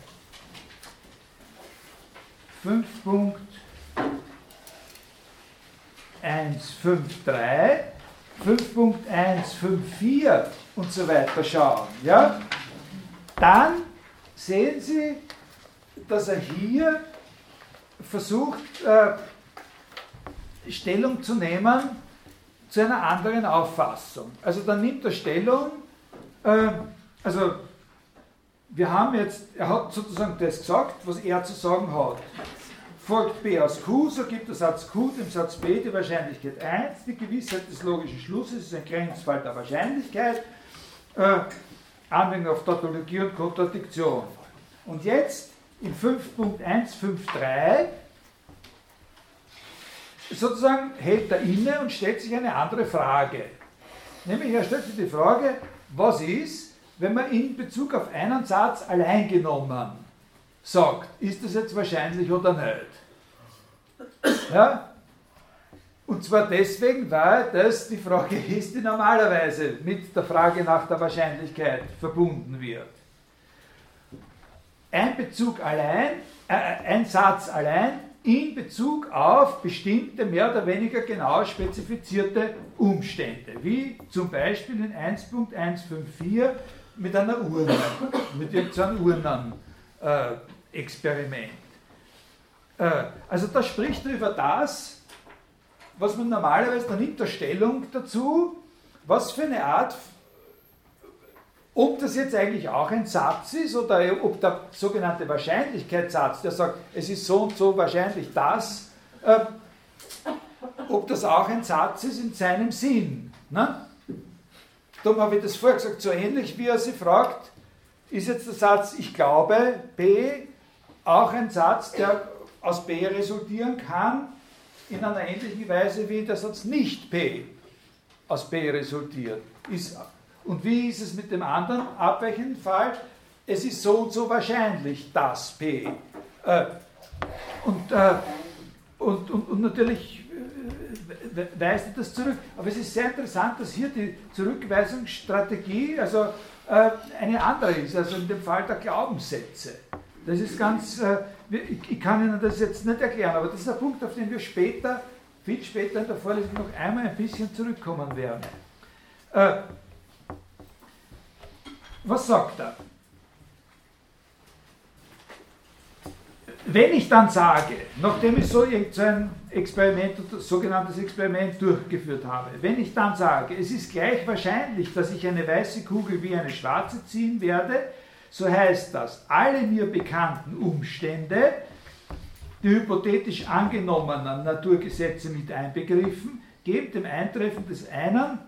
fünf Punkt eins fünf drei fünf Punkt eins, fünf Punkt vier und so weiter schauen, ja, dann sehen Sie, dass er hier versucht, äh, Stellung zu nehmen zu einer anderen Auffassung. Also dann nimmt er Stellung, äh, also wir haben jetzt, er hat sozusagen das gesagt, was er zu sagen hat. Folgt B aus Q, so gibt der Satz Q dem Satz B die Wahrscheinlichkeit eins, die Gewissheit des logischen Schlusses ist ein Grenzfall der Wahrscheinlichkeit, äh, Anwendung auf Tautologie und Kontradiktion. Und jetzt in fünf Punkt eins Punkt fünf Punkt drei sozusagen hält er inne und stellt sich eine andere Frage. Nämlich er stellt sich die Frage, was ist, wenn man in Bezug auf einen Satz allein genommen sagt, ist das jetzt wahrscheinlich oder nicht? Ja? Und zwar deswegen, weil das die Frage ist, die normalerweise mit der Frage nach der Wahrscheinlichkeit verbunden wird. Ein Bezug allein, äh, ein Satz allein in Bezug auf bestimmte, mehr oder weniger genau spezifizierte Umstände, wie zum Beispiel in eins Punkt eins Punkt fünf Punkt vier mit einer Urne, mit irgendeinem Urnen-Experiment. Äh, äh, also da spricht er über das, was man normalerweise, da nimmt er Stellung dazu, was für eine Art, ob das jetzt eigentlich auch ein Satz ist oder ob der sogenannte Wahrscheinlichkeitssatz, der sagt, es ist so und so wahrscheinlich das, äh, ob das auch ein Satz ist in seinem Sinn. Ne? Darum habe ich das vorher gesagt, so ähnlich wie er sie fragt, ist jetzt der Satz, ich glaube, B, auch ein Satz, der aus B resultieren kann, in einer ähnlichen Weise wie der Satz nicht P aus B resultiert. Ist, und wie ist es mit dem anderen abweichenden Fall? Es ist so und so wahrscheinlich, dass P. Äh, und, äh, und, und, und natürlich äh, weist er das zurück. Aber es ist sehr interessant, dass hier die Zurückweisungsstrategie also, äh, eine andere ist, also in dem Fall der Glaubenssätze. Das ist ganz, äh, ich, ich kann Ihnen das jetzt nicht erklären, aber das ist ein Punkt, auf den wir später, viel später in der Vorlesung noch einmal ein bisschen zurückkommen werden. Äh, Was sagt er? Wenn ich dann sage, nachdem ich so ein Experiment, sogenanntes Experiment durchgeführt habe, wenn ich dann sage, es ist gleich wahrscheinlich, dass ich eine weiße Kugel wie eine schwarze ziehen werde, so heißt das, alle mir bekannten Umstände, die hypothetisch angenommenen Naturgesetze mit einbegriffen, geben dem Eintreffen des einen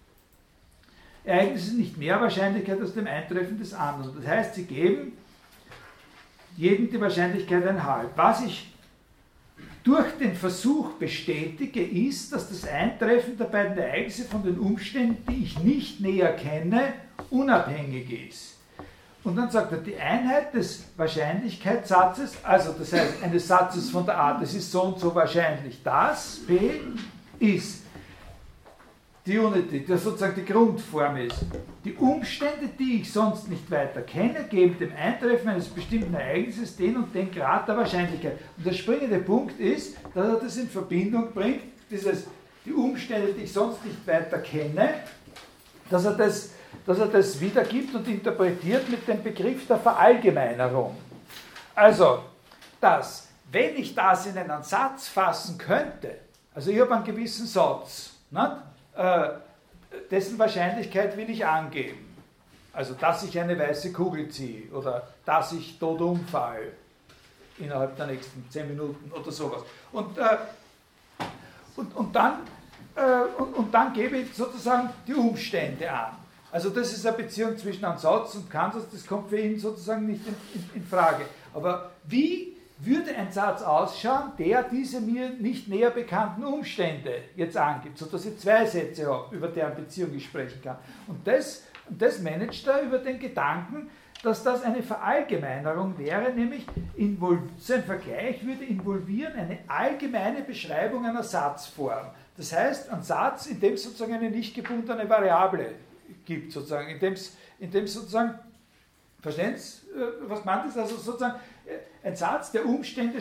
Ereignisses nicht mehr Wahrscheinlichkeit als dem Eintreffen des anderen. Das heißt, sie geben jedem die Wahrscheinlichkeit ein halb. Was ich durch den Versuch bestätige, ist, dass das Eintreffen der beiden Ereignisse von den Umständen, die ich nicht näher kenne, unabhängig ist. Und dann sagt er, die Einheit des Wahrscheinlichkeitssatzes, also das heißt eines Satzes von der Art, es ist so und so wahrscheinlich, dass P ist die Unity, das sozusagen die Grundform ist. Die Umstände, die ich sonst nicht weiter kenne, geben dem Eintreffen eines bestimmten Ereignisses den und den Grad der Wahrscheinlichkeit. Und der springende Punkt ist, dass er das in Verbindung bringt, dieses, die Umstände, die ich sonst nicht weiter kenne, dass er das, dass er das wiedergibt und interpretiert mit dem Begriff der Verallgemeinerung. Also, dass, wenn ich das in einen Satz fassen könnte, also ich habe einen gewissen Satz, nicht? Äh, dessen Wahrscheinlichkeit will ich angeben. Also, dass ich eine weiße Kugel ziehe oder dass ich tot umfalle innerhalb der nächsten zehn Minuten oder sowas. Und, äh, und, und, dann, äh, und, und dann gebe ich sozusagen die Umstände an. Also das ist eine Beziehung zwischen einem Satz und Kansas, das kommt für ihn sozusagen nicht in, in, in Frage. Aber wie würde ein Satz ausschauen, der diese mir nicht näher bekannten Umstände jetzt angibt, sodass ich zwei Sätze habe, über deren Beziehung ich sprechen kann. Und das, das managt er über den Gedanken, dass das eine Verallgemeinerung wäre, nämlich sein Vergleich würde involvieren eine allgemeine Beschreibung einer Satzform. Das heißt, ein Satz, in dem es sozusagen eine nicht gebundene Variable gibt, sozusagen, in dem es, in dem es sozusagen, verstehen Sie, was meint das? Also sozusagen ein Satz, der Umstände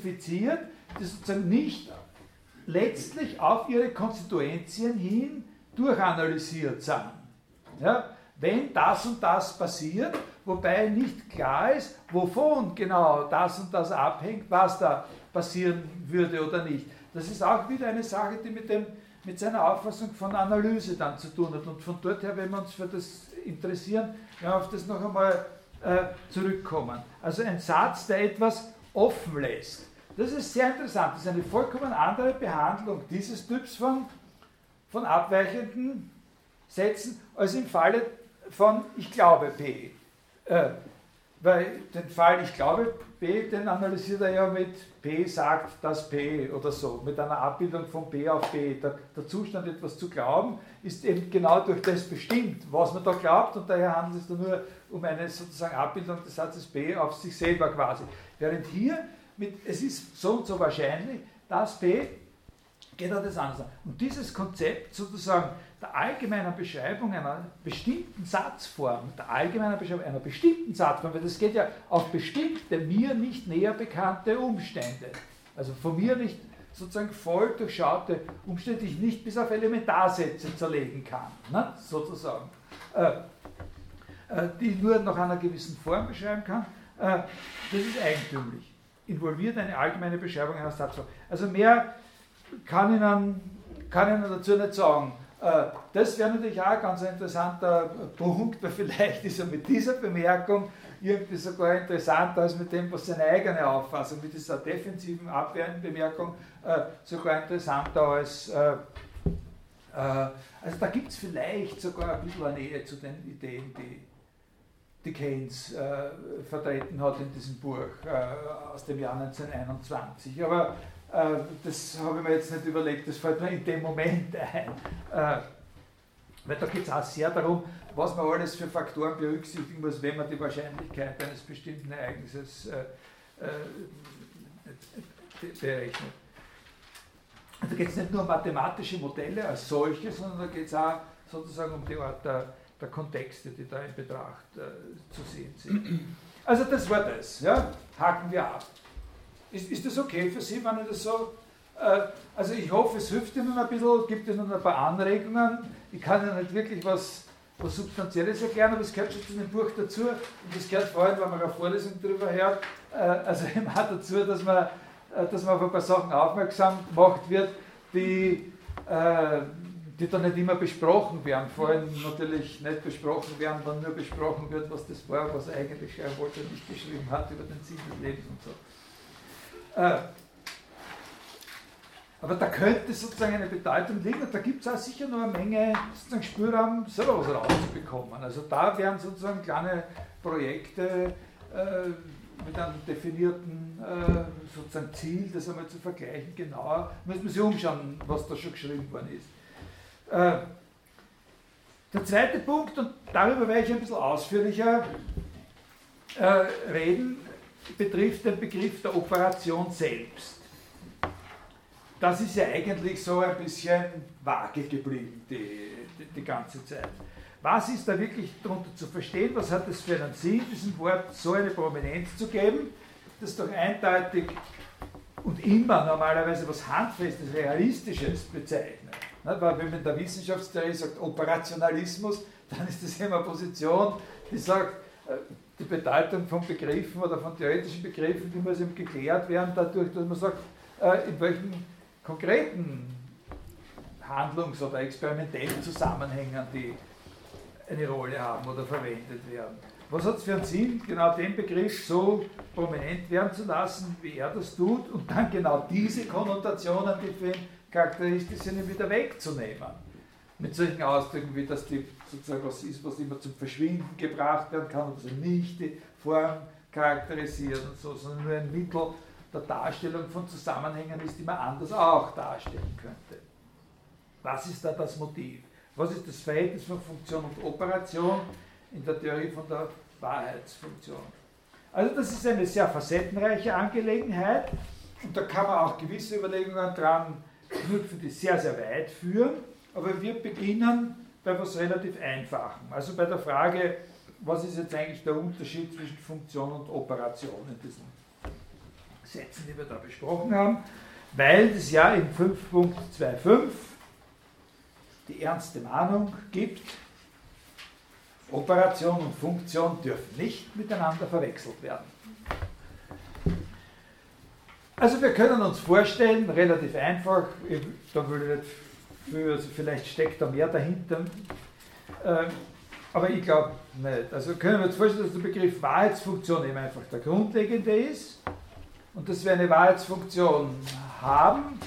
spezifiziert, die sozusagen nicht letztlich auf ihre Konstituentien hin durchanalysiert sind. Ja? Wenn das und das passiert, wobei nicht klar ist, wovon genau das und das abhängt, was da passieren würde oder nicht. Das ist auch wieder eine Sache, die mit, dem, mit seiner Auffassung von Analyse dann zu tun hat. Und von dort her, wenn wir uns für das interessieren, werden wir auf das noch einmal äh, zurückkommen. Also ein Satz, der etwas offen lässt. Das ist sehr interessant. Das ist eine vollkommen andere Behandlung dieses Typs von, von abweichenden Sätzen als im Falle von ich glaube P. Äh, weil den Fall ich glaube P, den analysiert er ja mit P sagt das P oder so, mit einer Abbildung von P auf P. Der, der Zustand, etwas zu glauben, ist eben genau durch das bestimmt, was man da glaubt, und daher handelt es da nur um eine sozusagen Abbildung des Satzes P auf sich selber quasi. Während hier, mit, es ist so und so wahrscheinlich, das P geht auch das anders an. Und dieses Konzept sozusagen der allgemeinen Beschreibung einer bestimmten Satzform, der allgemeinen Beschreibung einer bestimmten Satzform, weil das geht ja auf bestimmte, mir nicht näher bekannte Umstände, also von mir nicht sozusagen voll durchschaute Umstände, die ich nicht bis auf Elementarsätze zerlegen kann, ne, sozusagen, äh, äh, die ich nur nach einer gewissen Form beschreiben kann, äh, das ist eigentümlich. Involviert eine allgemeine Beschreibung einer Satzform. Also mehr kann ich Ihnen, kann ich Ihnen dazu nicht sagen. Das wäre natürlich auch ein ganz interessanter Punkt, weil vielleicht ist er mit dieser Bemerkung irgendwie sogar interessanter als mit dem, was seine eigene Auffassung, mit dieser defensiven, abwehrenden Bemerkung sogar interessanter als, also da gibt es vielleicht sogar ein bisschen eine Nähe zu den Ideen, die, die Keynes vertreten hat in diesem Buch aus dem Jahr neunzehnhunderteinundzwanzig. Aber Äh, das habe ich mir jetzt nicht überlegt, das fällt mir in dem Moment ein. Äh, weil da geht es auch sehr darum, was man alles für Faktoren berücksichtigen muss, wenn man die Wahrscheinlichkeit eines bestimmten Ereignisses äh, äh, berechnet. Da geht es nicht nur um mathematische Modelle als solche, sondern da geht es auch sozusagen um die Art der, der Kontexte, die da in Betracht äh, zu sehen sind. Also das war das, ja? Haken wir ab. Ist, ist das okay für Sie, wenn ich das so... Äh, also ich hoffe, es hilft Ihnen ein bisschen, gibt Ihnen ein paar Anregungen. Ich kann Ihnen nicht wirklich was, was Substanzielles erklären, aber es gehört schon zu dem Buch dazu. Und das gehört vor allem, wenn man eine Vorlesung darüber hört, äh, also immer dazu, dass man, äh, dass man auf ein paar Sachen aufmerksam gemacht wird, die, äh, die dann nicht immer besprochen werden. Vor allem natürlich nicht besprochen werden, wenn nur besprochen wird, was das war, was er eigentlich schreiben wollte und nicht geschrieben hat über den Sinn des Lebens und so. Aber da könnte sozusagen eine Bedeutung liegen und da gibt es auch sicher noch eine Menge sozusagen Spielraum, selber was rauszubekommen. Also da wären sozusagen kleine Projekte äh, mit einem definierten äh, sozusagen Ziel, das einmal zu vergleichen, genauer, muss man sich umschauen, was da schon geschrieben worden ist. Äh, der zweite Punkt, und darüber werde ich ein bisschen ausführlicher äh, reden, betrifft den Begriff der Operation selbst. Das ist ja eigentlich so ein bisschen vage geblieben die, die, die ganze Zeit. Was ist da wirklich darunter zu verstehen? Was hat es für einen Sinn, diesem Wort so eine Prominenz zu geben, das doch eindeutig und immer normalerweise was Handfestes, Realistisches bezeichnet? Weil wenn man in der Wissenschaftstheorie sagt Operationalismus, dann ist das immer eine Position, die sagt, die Bedeutung von Begriffen oder von theoretischen Begriffen, die muss eben geklärt werden, dadurch, dass man sagt, in welchen konkreten Handlungs- oder experimentellen Zusammenhängen die eine Rolle haben oder verwendet werden. Was hat es für einen Sinn, genau den Begriff so prominent werden zu lassen, wie er das tut, und dann genau diese Konnotationen, die für ihn charakteristisch sind, wieder wegzunehmen? Mit solchen Ausdrücken wie, dass die sozusagen was ist, was immer zum Verschwinden gebracht werden kann, also nicht die Form charakterisiert und so, sondern nur ein Mittel der Darstellung von Zusammenhängen ist, die man anders auch darstellen könnte. Was ist da das Motiv? Was ist das Verhältnis von Funktion und Operation in der Theorie von der Wahrheitsfunktion? Also das ist eine sehr facettenreiche Angelegenheit und da kann man auch gewisse Überlegungen dran knüpfen, die sehr, sehr weit führen. Aber wir beginnen bei etwas relativ Einfachem. Also bei der Frage, was ist jetzt eigentlich der Unterschied zwischen Funktion und Operation in diesen Sätzen, die wir da besprochen haben, weil das ja in fünf Punkt fünfundzwanzig die ernste Mahnung gibt, Operation und Funktion dürfen nicht miteinander verwechselt werden. Also wir können uns vorstellen, relativ einfach, da will ich nicht, also vielleicht steckt da mehr dahinter, äh, aber ich glaube nicht. Also können wir uns vorstellen, dass der Begriff Wahrheitsfunktion eben einfach der grundlegende ist und dass wir eine Wahrheitsfunktion haben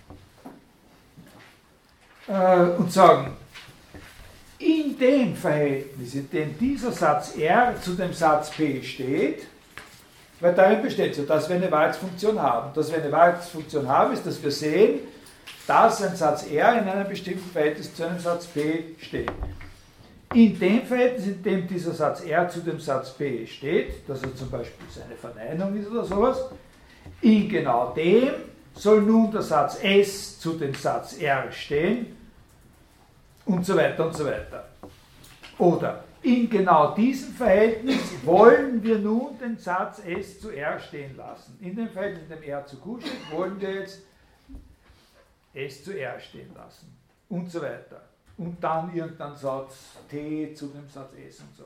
äh, und sagen, in dem Verhältnis, in dem dieser Satz R zu dem Satz P steht, weil darin besteht es ja, dass wir eine Wahrheitsfunktion haben. Dass wir eine Wahrheitsfunktion haben, ist, dass wir sehen, dass ein Satz R in einem bestimmten Verhältnis zu einem Satz P steht. In dem Verhältnis, in dem dieser Satz R zu dem Satz P steht, dass er zum Beispiel seine Verneinung ist oder sowas, in genau dem soll nun der Satz S zu dem Satz R stehen und so weiter und so weiter. Oder in genau diesem Verhältnis wollen wir nun den Satz S zu R stehen lassen. In dem Verhältnis, in dem R zu Q steht, wollen wir jetzt S zu R stehen lassen. Und so weiter. Und dann irgendein Satz T zu dem Satz S und so.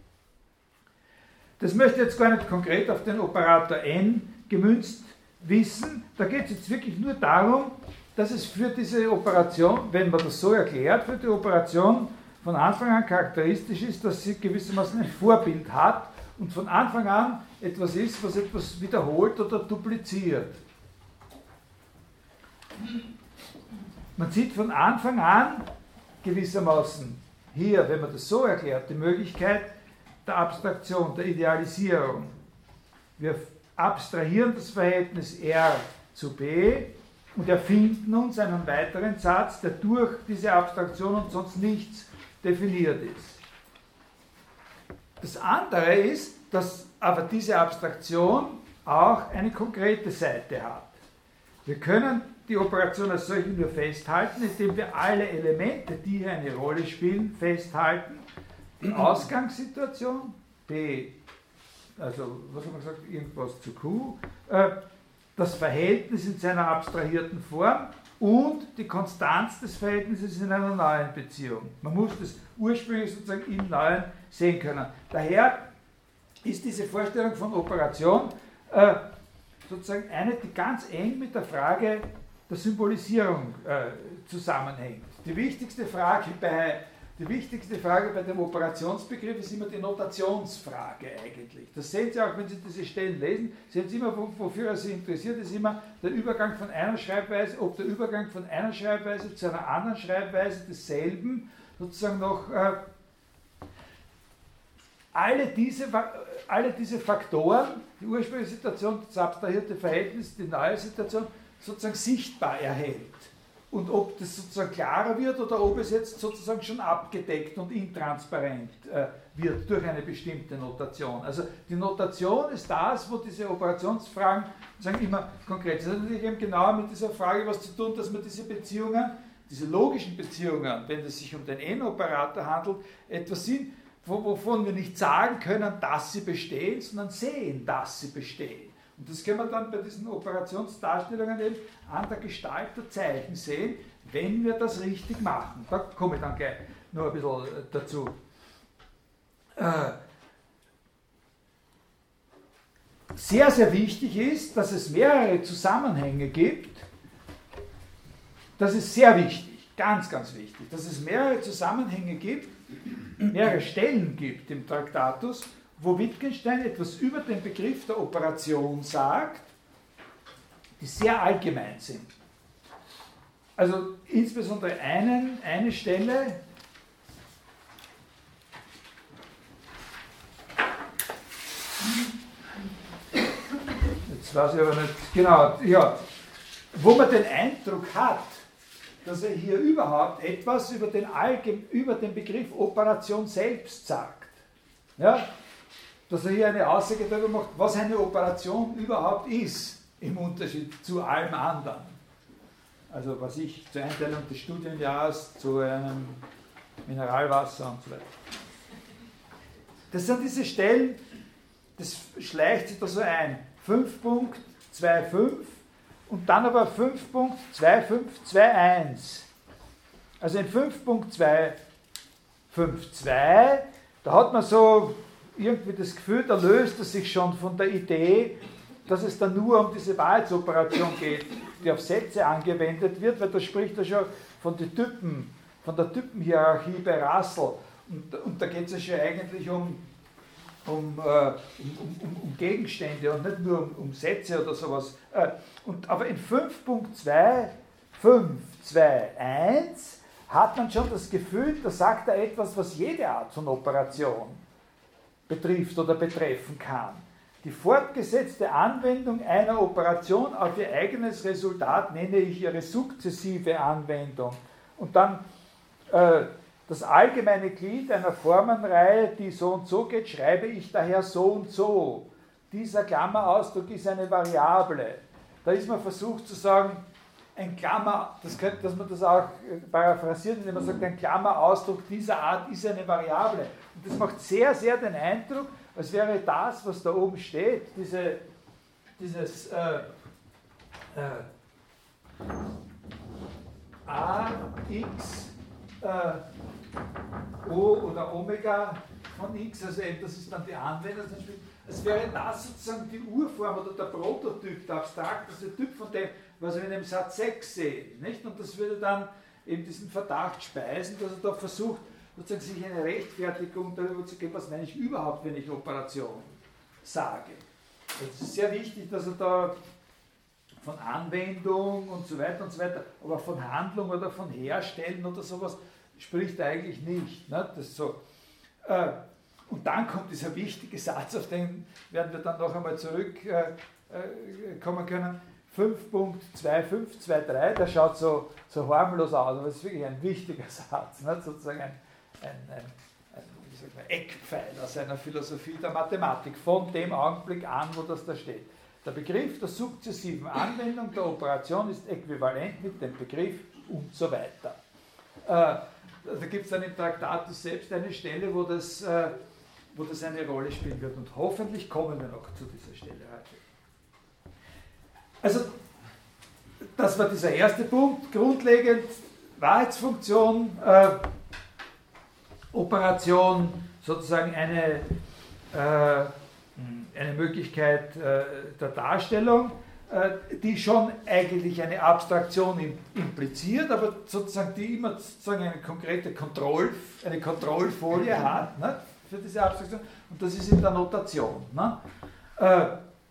Das möchte ich jetzt gar nicht konkret auf den Operator N gemünzt wissen. Da geht es jetzt wirklich nur darum, dass es für diese Operation, wenn man das so erklärt, für die Operation von Anfang an charakteristisch ist, dass sie gewissermaßen ein Vorbild hat und von Anfang an etwas ist, was etwas wiederholt oder dupliziert. Man sieht von Anfang an gewissermaßen hier, wenn man das so erklärt, die Möglichkeit der Abstraktion, der Idealisierung. Wir abstrahieren das Verhältnis R zu B und erfinden uns einen weiteren Satz, der durch diese Abstraktion und sonst nichts definiert ist. Das andere ist, dass aber diese Abstraktion auch eine konkrete Seite hat. Wir können die Operation als solche nur festhalten, indem wir alle Elemente, die hier eine Rolle spielen, festhalten. Die Ausgangssituation, P, also was haben wir gesagt, irgendwas zu Q, äh, das Verhältnis in seiner abstrahierten Form und die Konstanz des Verhältnisses in einer neuen Beziehung. Man muss das ursprünglich sozusagen im Neuen sehen können. Daher ist diese Vorstellung von Operation äh, sozusagen eine, die ganz eng mit der Frage der Symbolisierung äh, zusammenhängt. Die wichtigste Frage bei Die wichtigste Frage bei dem Operationsbegriff ist immer die Notationsfrage eigentlich. Das sehen Sie auch, wenn Sie diese Stellen lesen, sehen Sie immer, wofür er Sie interessiert, ist immer der Übergang von einer Schreibweise, ob der Übergang von einer Schreibweise zu einer anderen Schreibweise desselben sozusagen noch äh, alle, diese, alle diese Faktoren, die ursprüngliche Situation, das abstrahierte Verhältnis, die neue Situation, sozusagen sichtbar erhält. Und ob das sozusagen klarer wird oder ob es jetzt sozusagen schon abgedeckt und intransparent äh, wird durch eine bestimmte Notation. Also die Notation ist das, wo diese Operationsfragen sagen, immer konkret sind. Das hat natürlich eben genauer mit dieser Frage was zu tun, dass man diese Beziehungen, diese logischen Beziehungen, wenn es sich um den N-Operator handelt, etwas sind, wovon wir nicht sagen können, dass sie bestehen, sondern sehen, dass sie bestehen. Und das können wir dann bei diesen Operationsdarstellungen eben an der Gestalt der Zeichen sehen, wenn wir das richtig machen. Da komme ich dann gleich noch ein bisschen dazu. Sehr, sehr wichtig ist, dass es mehrere Zusammenhänge gibt. Das ist sehr wichtig, ganz, ganz wichtig, dass es mehrere Zusammenhänge gibt, mehrere Stellen gibt im Traktatus, wo Wittgenstein etwas über den Begriff der Operation sagt, die sehr allgemein sind. Also insbesondere einen, eine Stelle, jetzt weiß ich aber nicht, genau, ja, wo man den Eindruck hat, dass er hier überhaupt etwas über den, Allgeme- über den Begriff Operation selbst sagt. Ja? Dass er hier eine Aussage darüber macht, was eine Operation überhaupt ist, im Unterschied zu allem anderen. Also was ich zur Einteilung des Studienjahres, zu einem Mineralwasser und so weiter. Das sind diese Stellen, das schleicht sich da so ein. fünf Punkt zwei fünf und dann aber fünf Punkt zwei fünf zwei eins. Also in fünf Punkt zwei Punkt fünf Punkt zwei, da hat man so irgendwie das Gefühl, da löst es sich schon von der Idee, dass es dann nur um diese Wahrheitsoperation geht, die auf Sätze angewendet wird, weil da spricht er schon von den Typen, von der Typenhierarchie bei Russell. Und, und da geht es ja schon eigentlich um, um, äh, um, um, um Gegenstände und nicht nur um, um Sätze oder sowas. Äh, und, aber in fünf Punkt zwei Punkt fünf Punkt zwei Punkt eins hat man schon das Gefühl, da sagt er etwas, was jede Art von Operation betrifft oder betreffen kann. Die fortgesetzte Anwendung einer Operation auf ihr eigenes Resultat nenne ich ihre sukzessive Anwendung. Und dann äh, das allgemeine Glied einer Formenreihe, die so und so geht, schreibe ich daher so und so. Dieser Klammerausdruck ist eine Variable. Da ist man versucht zu sagen, ein Klammer, das könnte, dass man das auch paraphrasiert, indem man sagt, ein Klammerausdruck dieser Art ist eine Variable. Und das macht sehr, sehr den Eindruck, als wäre das, was da oben steht, diese, dieses äh, äh, A, X, äh, O oder Omega von X, also eben, das ist dann die Anwendung, als wäre das sozusagen die Urform oder der Prototyp, der abstrakteste Typ von dem, was wir in dem Satz sechs sehen. Nicht? Und das würde dann eben diesen Verdacht speisen, dass er da versucht, sozusagen sich eine Rechtfertigung darüber zu geben, was meine ich überhaupt, wenn ich Operation sage. Es ist sehr wichtig, dass er da von Anwendung und so weiter und so weiter, aber von Handlung oder von Herstellen oder sowas spricht er eigentlich nicht. Ne? Das ist so. Äh, und dann kommt dieser wichtige Satz, auf den werden wir dann noch einmal zurückkommen äh, können. fünf Punkt zwei fünf Punkt zwei drei, der schaut so, so harmlos aus, aber es ist wirklich ein wichtiger Satz, ne? Sozusagen ein, ein, ein, ein wie sagt man, Eckpfeiler seiner Philosophie der Mathematik, von dem Augenblick an, wo das da steht. Der Begriff der sukzessiven Anwendung der Operation ist äquivalent mit dem Begriff und so weiter. Äh, da gibt es dann im Traktatus selbst eine Stelle, wo das, äh, wo das eine Rolle spielen wird, und hoffentlich kommen wir noch zu dieser Stelle heute. Also, das war dieser erste Punkt, grundlegend Wahrheitsfunktion, äh, Operation, sozusagen eine, äh, eine Möglichkeit äh, der Darstellung, äh, die schon eigentlich eine Abstraktion im, impliziert, aber sozusagen die immer sozusagen eine konkrete Kontroll, eine Kontrollfolie hat, ne, für diese Abstraktion, und das ist in der Notation. Ne? Äh,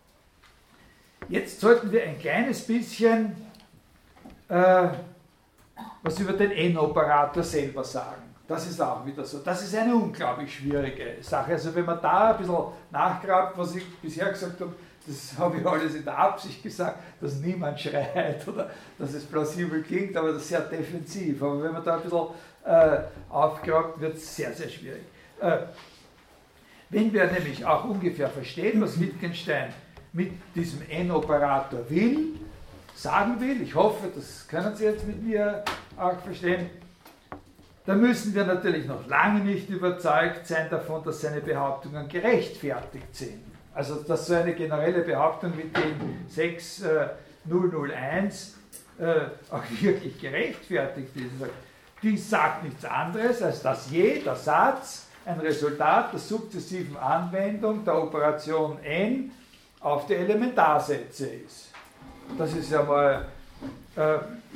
Jetzt sollten wir ein kleines bisschen äh, was über den N-Operator selber sagen. Das ist auch wieder so. Das ist eine unglaublich schwierige Sache. Also wenn man da ein bisschen nachgrabt, was ich bisher gesagt habe, das habe ich alles in der Absicht gesagt, dass niemand schreit oder dass es plausibel klingt, aber das ist sehr defensiv. Aber wenn man da ein bisschen äh, aufgrabt, wird es sehr, sehr schwierig. Äh, wenn wir nämlich auch ungefähr verstehen, was Wittgenstein mit diesem N-Operator will, sagen will, ich hoffe, das können Sie jetzt mit mir auch verstehen, dann müssen wir natürlich noch lange nicht überzeugt sein davon, dass seine Behauptungen gerechtfertigt sind. Also, dass so eine generelle Behauptung wie die sechs null null eins äh, auch wirklich gerechtfertigt ist. Die sagt nichts anderes, als dass jeder Satz ein Resultat der sukzessiven Anwendung der Operation N auf die Elementarsätze ist. Das ist ja mal äh, äh,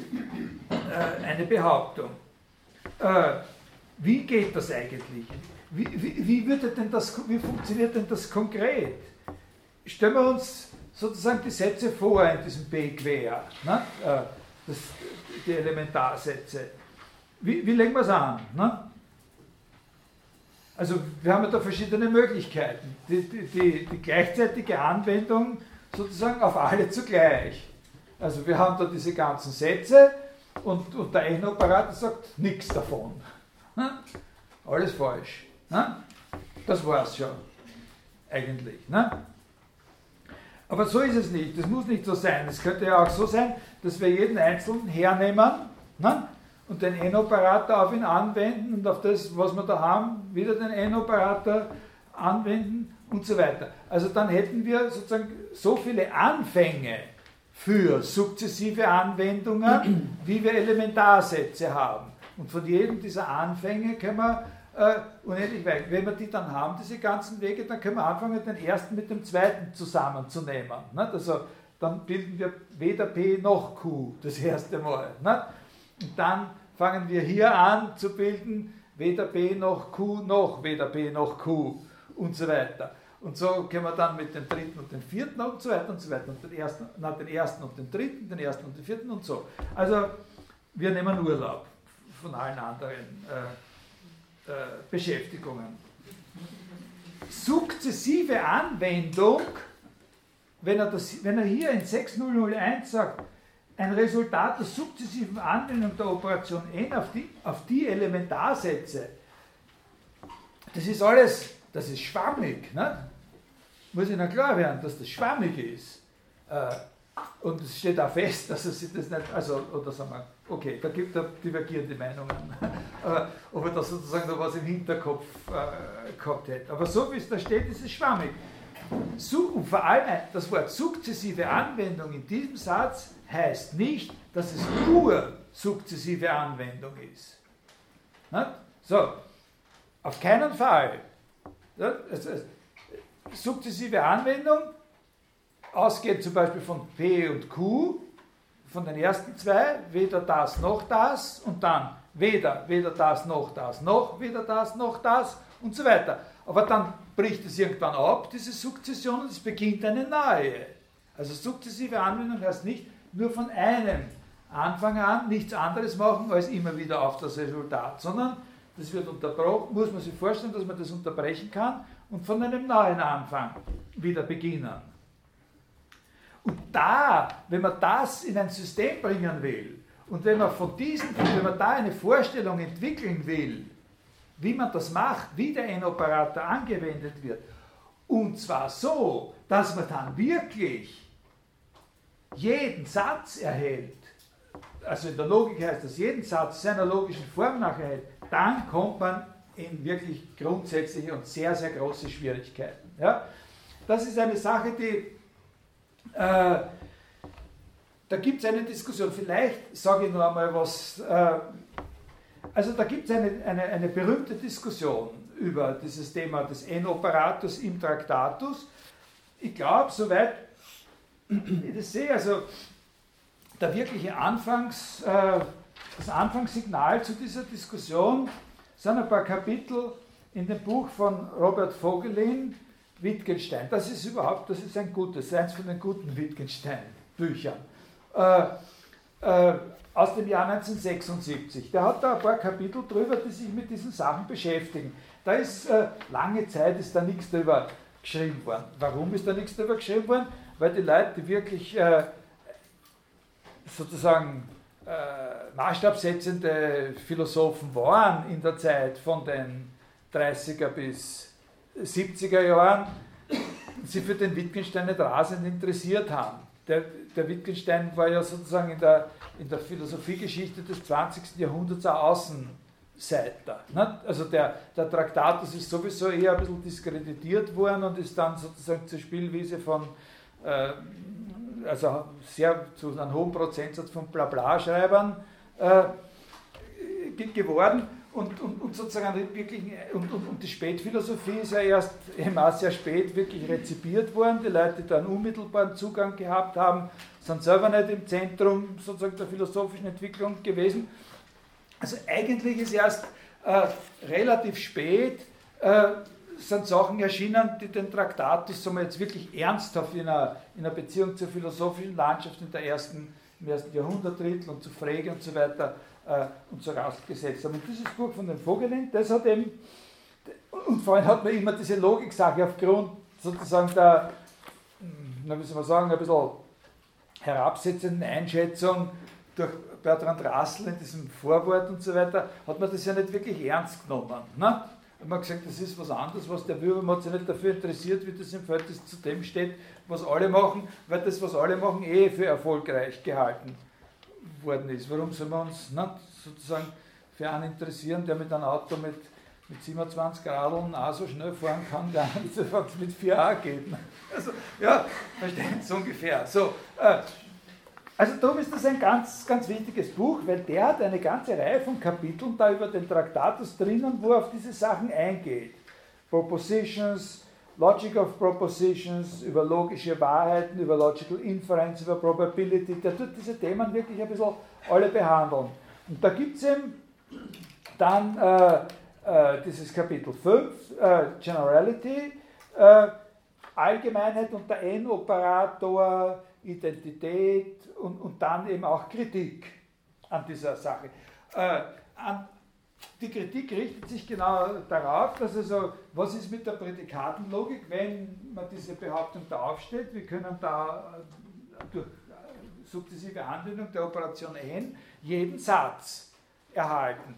eine Behauptung. Äh, wie geht das eigentlich? Wie, wie, wie, würde denn das, wie funktioniert denn das konkret? Stellen wir uns sozusagen die Sätze vor in diesem B quer, ne? äh, das, die Elementarsätze. Wie, wie legen wir es an? Ne? Also wir haben ja da verschiedene Möglichkeiten. Die, die, die, die gleichzeitige Anwendung sozusagen auf alle zugleich. Also wir haben da diese ganzen Sätze und, und der N-Operator sagt nichts davon. Hm? Alles falsch. Hm? Das war es schon eigentlich. Ne? Aber so ist es nicht. Das muss nicht so sein. Es könnte ja auch so sein, dass wir jeden Einzelnen hernehmen, ne? Und den N-Operator auf ihn anwenden und auf das, was wir da haben, wieder den N-Operator anwenden und so weiter. Also dann hätten wir sozusagen so viele Anfänge für sukzessive Anwendungen, wie wir Elementarsätze haben. Und von jedem dieser Anfänge können wir äh, unendlich weit. Wenn wir die dann haben, diese ganzen Wege, dann können wir anfangen, den ersten mit dem zweiten zusammenzunehmen. Nicht? Also dann bilden wir weder P noch Q das erste Mal. Nicht? Und dann fangen wir hier an zu bilden, weder P noch Q noch weder P noch Q und so weiter. Und so können wir dann mit dem dritten und dem vierten und so weiter und so weiter und den ersten, na, den ersten und den dritten, den ersten und den vierten und so. Also wir nehmen Urlaub von allen anderen äh, äh, Beschäftigungen. Sukzessive Anwendung, wenn er, das, wenn er hier in sechstausendeins sagt, ein Resultat der sukzessiven Anwendung der Operation n auf die, auf die Elementarsätze, das ist alles, das ist schwammig. Ne? Muss Ihnen klar werden, dass das schwammig ist. Äh, und es steht auch fest, dass er sich das nicht, also, oder sagen wir, okay, da gibt es divergierende Meinungen, aber ob er da sozusagen noch was im Hinterkopf äh, gehabt hätte. Aber so wie es da steht, ist es schwammig. So, und vor allem das Wort sukzessive Anwendung in diesem Satz heißt nicht, dass es nur sukzessive Anwendung ist. Ne? So, auf keinen Fall. Ja, also, sukzessive Anwendung, ausgehend zum Beispiel von P und Q, von den ersten zwei, weder das noch das, und dann weder, weder das noch das noch, weder das noch das und so weiter. Aber dann bricht es irgendwann ab, diese Sukzession, und es beginnt eine neue. Also sukzessive Anwendung heißt nicht nur von einem Anfang an nichts anderes machen, als immer wieder auf das Resultat, sondern das wird unterbrochen, muss man sich vorstellen, dass man das unterbrechen kann und von einem neuen Anfang wieder beginnen. Und da, wenn man das in ein System bringen will und wenn man von diesen, wenn man da eine Vorstellung entwickeln will, wie man das macht, wie der N-Operator angewendet wird, und zwar so, dass man dann wirklich jeden Satz erhält, also in der Logik heißt das, jeden Satz seiner logischen Form nach erhält, dann kommt man in wirklich grundsätzliche und sehr, sehr große Schwierigkeiten. Ja? Das ist eine Sache, die, äh, da gibt es eine Diskussion, vielleicht sage ich noch einmal was, äh, also da gibt es eine, eine, eine berühmte Diskussion über dieses Thema des N-Operators im Traktatus. Ich glaube, soweit ich das sehe, also der wirkliche Anfangs, äh, das Anfangssignal zu dieser Diskussion sind ein paar Kapitel in dem Buch von Robert Vogelin, Wittgenstein. Das ist überhaupt, das ist ein gutes, eins von den guten Wittgenstein-Büchern. Äh, äh, aus dem Jahr neunzehnhundertsechsundsiebzig. Der hat da ein paar Kapitel drüber, die sich mit diesen Sachen beschäftigen. Da ist äh, lange Zeit ist da nichts drüber geschrieben worden. Warum ist da nichts drüber geschrieben worden? Weil die Leute, die wirklich äh, sozusagen äh, maßstabsetzende Philosophen waren in der Zeit von den dreißiger bis siebziger Jahren, sich für den Wittgenstein nicht rasend interessiert haben. Der, der Wittgenstein war ja sozusagen in der, in der Philosophiegeschichte des zwanzigsten Jahrhunderts ein Außenseiter. Ne? Also der, der Traktatus ist sowieso eher ein bisschen diskreditiert worden und ist dann sozusagen zur Spielwiese von, äh, also sehr zu einem hohen Prozentsatz von Blabla-Schreibern äh, geworden. Und, und, und sozusagen wirklich, und, und, und die Spätphilosophie ist ja erst eben auch sehr spät wirklich rezipiert worden. Die Leute, die da einen unmittelbaren Zugang gehabt haben, sind selber nicht im Zentrum sozusagen der philosophischen Entwicklung gewesen. Also eigentlich ist erst äh, relativ spät äh, sind Sachen erschienen, die den Traktatus sagen wir jetzt wirklich ernsthaft in einer, in einer Beziehung zur philosophischen Landschaft in der ersten, im ersten Jahrhundertdrittel und zu Frege und so weiter und so rausgesetzt haben. Und dieses Buch von dem Vogelin, das hat eben, und vor allem hat man immer diese Logik-Sache aufgrund sozusagen der, na, wie soll man sagen, ein bisschen herabsetzenden Einschätzung durch Bertrand Russell in diesem Vorwort und so weiter, hat man das ja nicht wirklich ernst genommen. Ne? Und man hat gesagt, das ist was anderes, was der will, man hat sich nicht dafür interessiert, wie das im Verhältnis zu dem steht, was alle machen, weil das, was alle machen, eh für erfolgreich gehalten worden ist. Warum soll man uns nicht sozusagen für einen interessieren, der mit einem Auto mit, mit siebenundzwanzig Radeln auch so schnell fahren kann, der mit vier A geht. Also, ja, verstehen Sie ungefähr. So, äh, Also darum ist das ein ganz, ganz wichtiges Buch, weil der hat eine ganze Reihe von Kapiteln da über den Traktatus drinnen, wo er auf diese Sachen eingeht. Propositions, Logic of Propositions, über logische Wahrheiten, über Logical Inference, über Probability, der tut diese Themen wirklich ein bisschen alle behandeln. Und da gibt es eben dann äh, äh, dieses Kapitel fünf, äh, Generality, äh, Allgemeinheit und der N-Operator, Identität und, und dann eben auch Kritik an dieser Sache. Äh, an, die Kritik richtet sich genau darauf, dass also, was ist mit der Prädikatenlogik, wenn man diese Behauptung da aufstellt, wir können da durch sukzessive Anwendung der Operation N jeden Satz erhalten.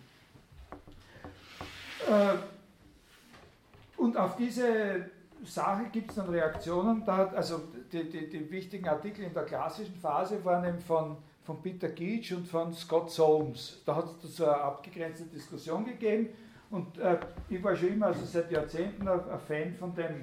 Äh, und auf diese Sache gibt es dann Reaktionen, da hat, also die, die, die wichtigen Artikel in der klassischen Phase waren eben von, von Peter Geach und von Scott Soames. Da hat es so eine abgegrenzte Diskussion gegeben und äh, ich war schon immer, also seit Jahrzehnten, ein, ein Fan von dem,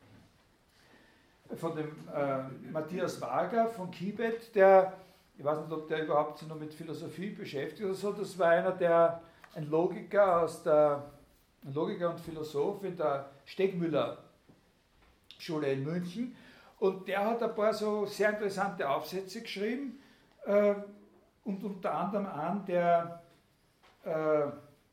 von dem äh, Matthias Wager von Kibet, der, ich weiß nicht, ob der überhaupt sich noch mit Philosophie beschäftigt oder so, das war einer, der, ein Logiker aus der, ein Logiker und Philosoph in der Stegmüller Schule in München, und der hat ein paar so sehr interessante Aufsätze geschrieben äh, und unter anderem an, der, äh,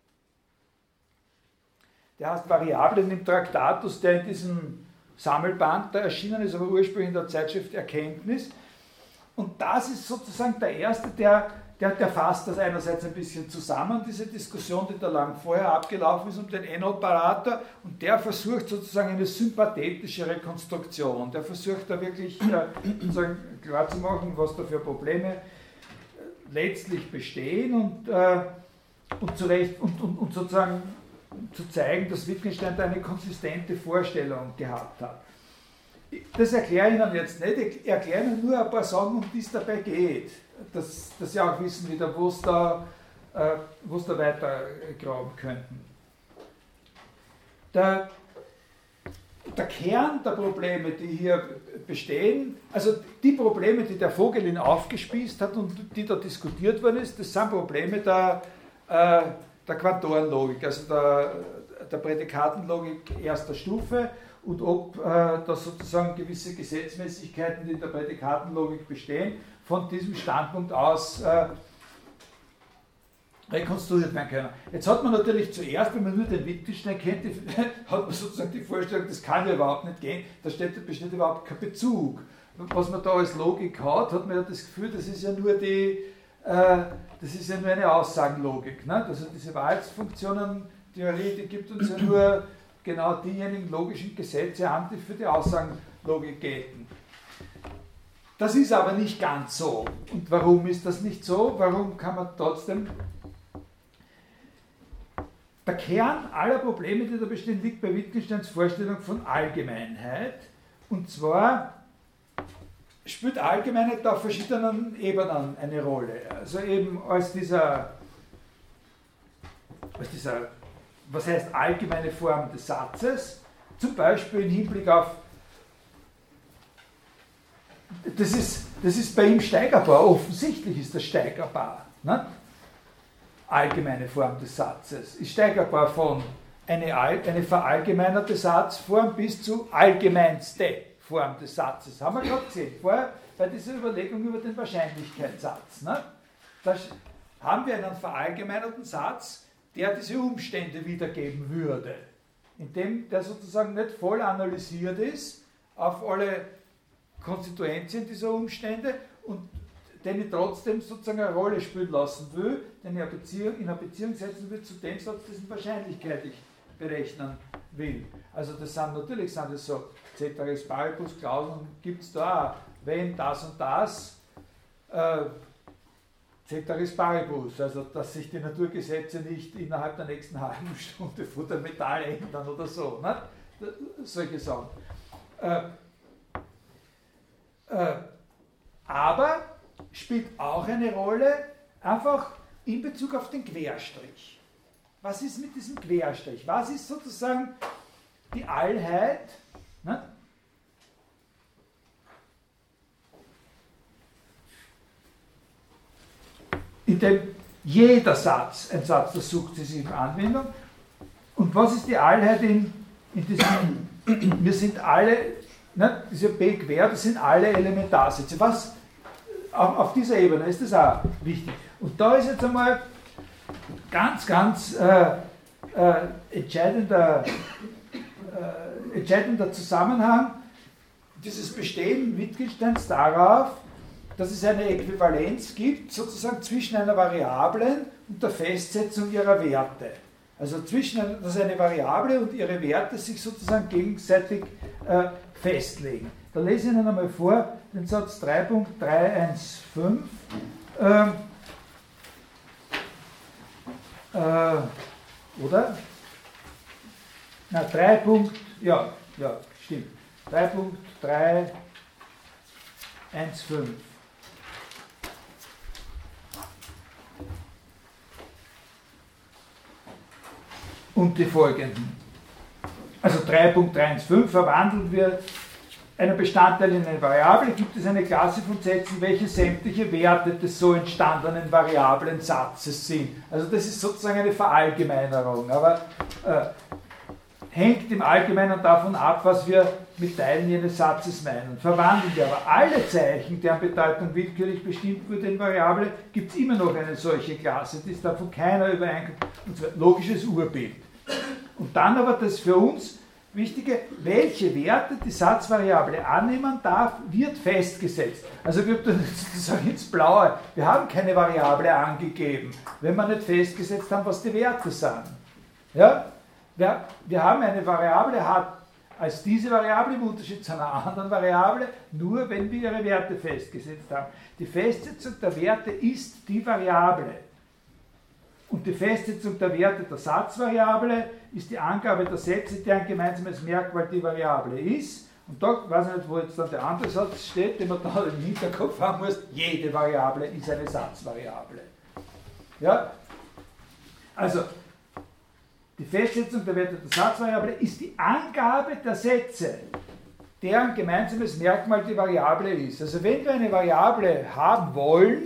der heißt Variablen im Traktatus, der in diesem Sammelband da erschienen ist, aber ursprünglich in der Zeitschrift Erkenntnis, und das ist sozusagen der erste, der Der, der fasst das einerseits ein bisschen zusammen, diese Diskussion, die da lang vorher abgelaufen ist, um den N-Operator, und der versucht sozusagen eine sympathetische Rekonstruktion. Der versucht da wirklich äh, sozusagen klarzumachen, was da für Probleme äh, letztlich bestehen und, äh, und, zurecht, und, und, und sozusagen zu zeigen, dass Wittgenstein da eine konsistente Vorstellung gehabt hat. Das erkläre ich Ihnen jetzt nicht, ich erkläre Ihnen nur ein paar Sachen, um die es dabei geht. Dass, dass Sie auch wissen wieder, wo es da, äh, da weiter graben könnten. Der, der Kern der Probleme, die hier bestehen, also die Probleme, die der Vogelin aufgespießt hat und die da diskutiert worden ist, das sind Probleme der, äh, der Quantorenlogik, also der, der Prädikatenlogik erster Stufe, und ob äh, da sozusagen gewisse Gesetzmäßigkeiten, die in der Prädikatenlogik bestehen, von diesem Standpunkt aus äh, rekonstruiert werden können. Jetzt hat man natürlich zuerst, wenn man nur den Wittgenstein kennt, die, hat man sozusagen die Vorstellung, das kann ja überhaupt nicht gehen, da steht, besteht überhaupt kein Bezug. Was man da als Logik hat, hat man ja das Gefühl, das ist ja nur die, äh, das ist ja nur eine Aussagenlogik. Ne? Also diese Wahrheitsfunktionen-Theorie, die gibt uns ja nur genau diejenigen logischen Gesetze an, die für die Aussagenlogik gelten. Das ist aber nicht ganz so. Und warum ist das nicht so? Warum kann man trotzdem... Der Kern aller Probleme, die da bestehen, liegt bei Wittgensteins Vorstellung von Allgemeinheit. Und zwar spielt Allgemeinheit da auf verschiedenen Ebenen eine Rolle. Also eben als dieser, als dieser, was heißt allgemeine Form des Satzes, zum Beispiel im Hinblick auf, das ist, das ist bei ihm steigerbar, offensichtlich ist das steigerbar. Ne? Allgemeine Form des Satzes ist steigerbar von eine, eine verallgemeinerte Satzform bis zu allgemeinste Form des Satzes. Haben wir gerade gesehen, vorher bei dieser Überlegung über den Wahrscheinlichkeitssatz. Ne? Da haben wir einen verallgemeinerten Satz, der diese Umstände wiedergeben würde, indem der sozusagen nicht voll analysiert ist auf alle Konstituentien dieser Umstände und den ich trotzdem sozusagen eine Rolle spielen lassen will, den ich eine Beziehung, in eine Beziehung setzen will zu dem Satz, dessen Wahrscheinlichkeit ich berechnen will. Also das sind natürlich sind das so Ceteris Paribus Klauseln, gibt es da auch, wenn das und das äh, Ceteris Paribus, also dass sich die Naturgesetze nicht innerhalb der nächsten halben Stunde fundamental ändern oder so, ne? Solche Sachen. Äh, äh, aber spielt auch eine Rolle, einfach in Bezug auf den Querstrich. Was ist mit diesem Querstrich? Was ist sozusagen die Allheit? Ne? in dem jeder Satz ein Satz der sukzessiven Anwendung. Und was ist die Allheit in, in diesem, wir sind alle, ne, dieser B quer, das sind alle Elementarsätze. Was, auf, auf dieser Ebene ist das auch wichtig. Und da ist jetzt einmal ganz, ganz äh, äh, entscheidender, äh, entscheidender Zusammenhang, dieses Bestehen Wittgensteins darauf, dass es eine Äquivalenz gibt, sozusagen zwischen einer Variablen und der Festsetzung ihrer Werte. Also zwischen, dass eine Variable und ihre Werte sich sozusagen gegenseitig äh, festlegen. Da lese ich Ihnen einmal vor, den Satz drei Punkt dreihundertfünfzehn. Ähm, äh, oder? Na, drei. Ja, ja, stimmt. drei Punkt dreihundertfünfzehn. Und die folgenden. Also drei Punkt dreihundertfünfzehn verwandeln wir einen Bestandteil in eine Variable, gibt es eine Klasse von Sätzen, welche sämtliche Werte des so entstandenen variablen Satzes sind. Also das ist sozusagen eine Verallgemeinerung, aber äh, hängt im Allgemeinen davon ab, was wir mit Teilen jenes Satzes meinen. Verwandeln wir aber alle Zeichen, deren Bedeutung willkürlich bestimmt wurde in Variable, gibt es immer noch eine solche Klasse, die ist davon keiner übereinkommt, und zwar logisches Urbild. Und dann aber das für uns Wichtige, welche Werte die Satzvariable annehmen darf, wird festgesetzt. Also wir haben sozusagen ins Blaue, wir haben keine Variable angegeben, wenn wir nicht festgesetzt haben, was die Werte sind. Ja? Wir, wir haben eine Variable, hat als diese Variable im Unterschied zu einer anderen Variable, nur wenn wir ihre Werte festgesetzt haben. Die Festsetzung der Werte ist die Variable. Und die Festsetzung der Werte der Satzvariable ist die Angabe der Sätze, deren gemeinsames Merkmal die Variable ist. Und da, weiß ich nicht, wo jetzt dann der andere Satz steht, den man da im Hinterkopf haben muss, jede Variable ist eine Satzvariable. Ja? Also, die Festsetzung der Werte der Satzvariable ist die Angabe der Sätze, deren gemeinsames Merkmal die Variable ist. Also wenn wir eine Variable haben wollen,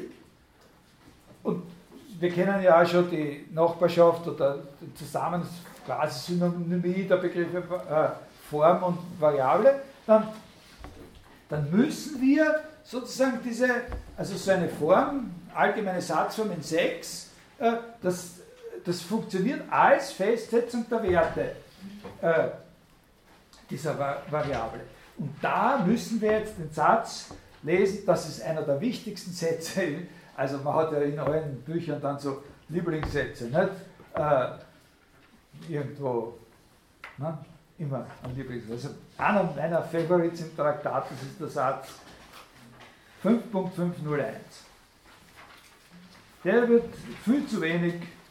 und wir kennen ja auch schon die Nachbarschaft oder die Zusammen quasi Synonymie der Begriffe äh, Form und Variable, dann, dann müssen wir sozusagen diese, also so eine Form, allgemeine Satzform in sechs, äh, das, das funktioniert als Festsetzung der Werte äh, dieser Va- Variable. Und da müssen wir jetzt den Satz lesen, das ist einer der wichtigsten Sätze. Also man hat ja in allen Büchern dann so Lieblingssätze, nicht? Äh, irgendwo, ne? Immer ein Lieblingssatz. Also einer meiner Favorites im Traktat, das ist der Satz fünf Punkt fünfhunderteins. Der wird viel zu wenig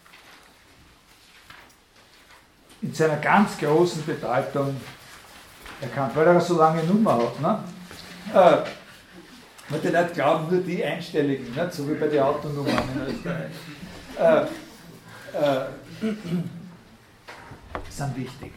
in seiner ganz großen Bedeutung erkannt, weil er so lange Nummer hat. Ne? Äh, Man die Leute glauben, nur die einstelligen, nicht? So wie bei den Autonummern in Österreich. Äh, äh, sind wichtig.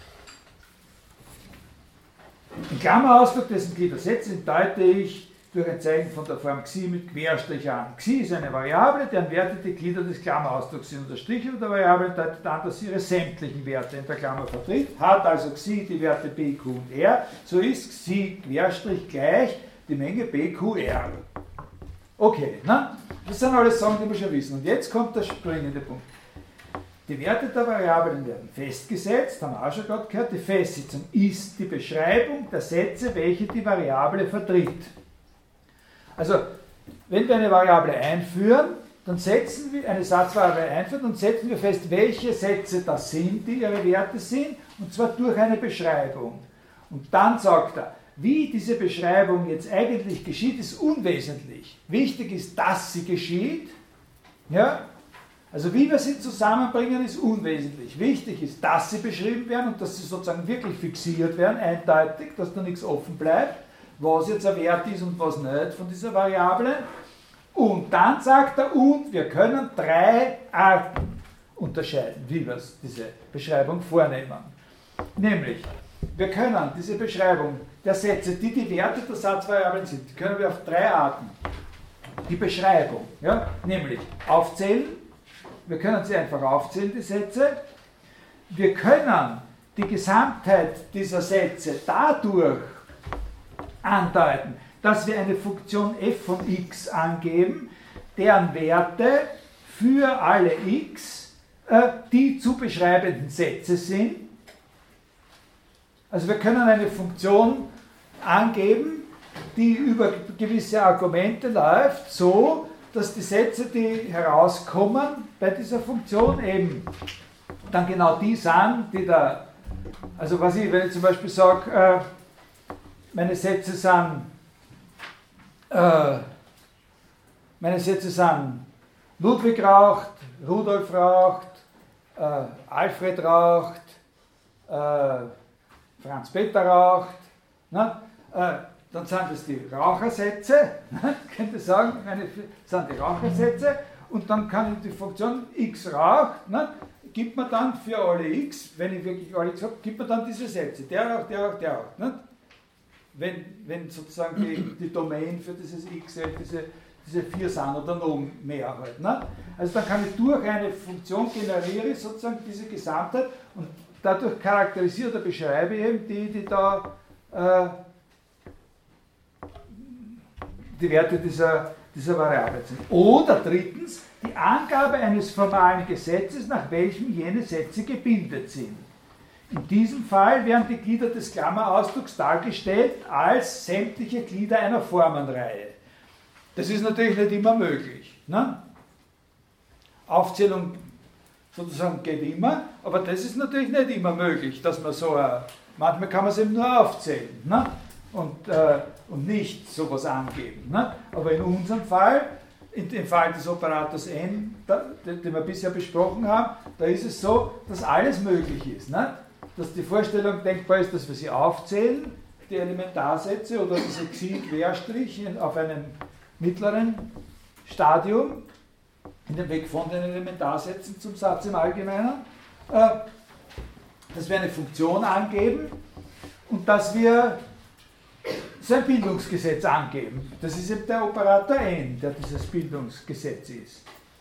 Ein Klammerausdruck, dessen Glieder setzen, deute ich durch ein Zeichen von der Form Xi mit Querstrich an. Xi ist eine Variable, deren Werte die Glieder des Klammerausdrucks sind. Und der Strich über der Variable deutet an, dass sie ihre sämtlichen Werte in der Klammer vertritt. Hat also Xi die Werte B, Q und R, so ist Xi Querstrich gleich die Menge B Q R. Okay, ne? Das sind alles Sachen, die wir schon wissen. Und jetzt kommt der springende Punkt. Die Werte der Variablen werden festgesetzt, haben wir auch schon gerade gehört. Die Festsetzung ist die Beschreibung der Sätze, welche die Variable vertritt. Also, wenn wir eine Variable einführen, dann setzen wir eine Satzvariable einführen und setzen wir fest, welche Sätze das sind, die ihre Werte sind, und zwar durch eine Beschreibung. Und dann sagt er, wie diese Beschreibung jetzt eigentlich geschieht, ist unwesentlich. Wichtig ist, dass sie geschieht. Ja? Also wie wir sie zusammenbringen, ist unwesentlich. Wichtig ist, dass sie beschrieben werden und dass sie sozusagen wirklich fixiert werden, eindeutig, dass da nichts offen bleibt, was jetzt ein Wert ist und was nicht von dieser Variable. Und dann sagt er, und wir können drei Arten unterscheiden, wie wir diese Beschreibung vornehmen. Nämlich, wir können diese Beschreibung der Sätze, die die Werte der Satzvariablen sind, die können wir auf drei Arten die Beschreibung, ja? Nämlich aufzählen, wir können sie einfach aufzählen, die Sätze, wir können die Gesamtheit dieser Sätze dadurch andeuten, dass wir eine Funktion f von x angeben, deren Werte für alle x äh, die zu beschreibenden Sätze sind. Also wir können eine Funktion angeben, die über gewisse Argumente läuft, so dass die Sätze, die herauskommen bei dieser Funktion, eben dann genau die sind, die da, also was ich, wenn ich zum Beispiel sage, äh, meine Sätze sind, äh, meine Sätze sind Ludwig raucht, Rudolf raucht, äh, Alfred raucht, äh, Franz Peter raucht, ne? äh, dann sind das die Rauchersätze, ne? Könnte sagen, meine, sind die Rauchersätze, und dann kann ich die Funktion x raucht, ne? Gibt man dann für alle x, wenn ich wirklich alle x habe, gibt man dann diese Sätze, der raucht, der raucht, der raucht. Ne? Wenn, wenn sozusagen die, die Domain für dieses x diese, diese vier sind oder noch mehr halt. Ne? Also dann kann ich durch eine Funktion generiere sozusagen diese Gesamtheit und dadurch charakterisiere oder beschreibe ich eben die, die da äh, die Werte dieser, dieser Variable sind. Oder drittens, die Angabe eines formalen Gesetzes, nach welchem jene Sätze gebildet sind. In diesem Fall werden die Glieder des Klammerausdrucks dargestellt als sämtliche Glieder einer Formenreihe. Das ist natürlich nicht immer möglich. Ne? Aufzählung sozusagen geht immer, aber das ist natürlich nicht immer möglich, dass man so, äh, manchmal kann man es eben nur aufzählen, ne? und, äh, und nicht sowas angeben. Ne? Aber in unserem Fall, in dem Fall des Operators n, da, den, den wir bisher besprochen haben, da ist es so, dass alles möglich ist. Ne? Dass die Vorstellung denkbar ist, dass wir sie aufzählen, die Elementarsätze oder diese Xi-Querstrich auf einem mittleren Stadium, in dem Weg von den Elementarsätzen zum Satz im Allgemeinen, äh, dass wir eine Funktion angeben und dass wir so ein Bildungsgesetz angeben. Das ist eben der Operator n, der dieses Bildungsgesetz ist.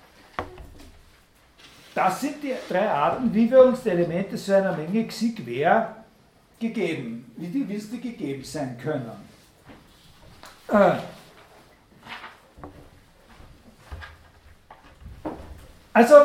Das sind die drei Arten, wie wir uns die Elemente so einer Menge Xi quer gegeben, wie die, wie die gegeben sein können. Äh, Also,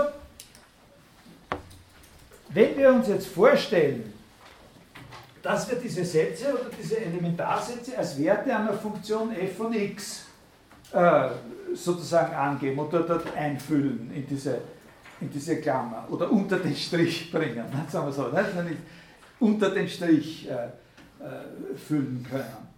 wenn wir uns jetzt vorstellen, dass wir diese Sätze oder diese Elementarsätze als Werte einer Funktion f von x äh, sozusagen angeben oder dort einfüllen in diese, in diese Klammer oder unter den Strich bringen, ne, sagen wir so, ne, nicht unter den Strich äh, äh, füllen können,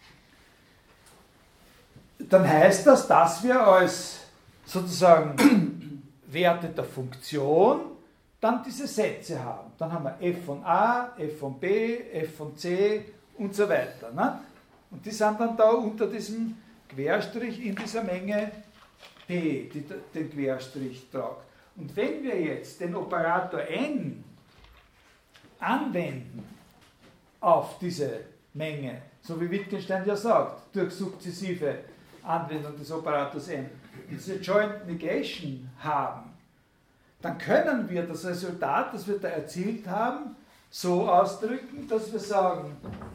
dann heißt das, dass wir als sozusagen Werte der Funktion dann diese Sätze haben. Dann haben wir f von a, f von b, f von c und so weiter. Ne? Und die sind dann da unter diesem Querstrich in dieser Menge p, die den Querstrich tragt. Und wenn wir jetzt den Operator n anwenden auf diese Menge, so wie Wittgenstein ja sagt, durch sukzessive Anwendung des Operators n, diese Joint Negation haben, dann können wir das Resultat, das wir da erzielt haben, so ausdrücken, dass wir sagen,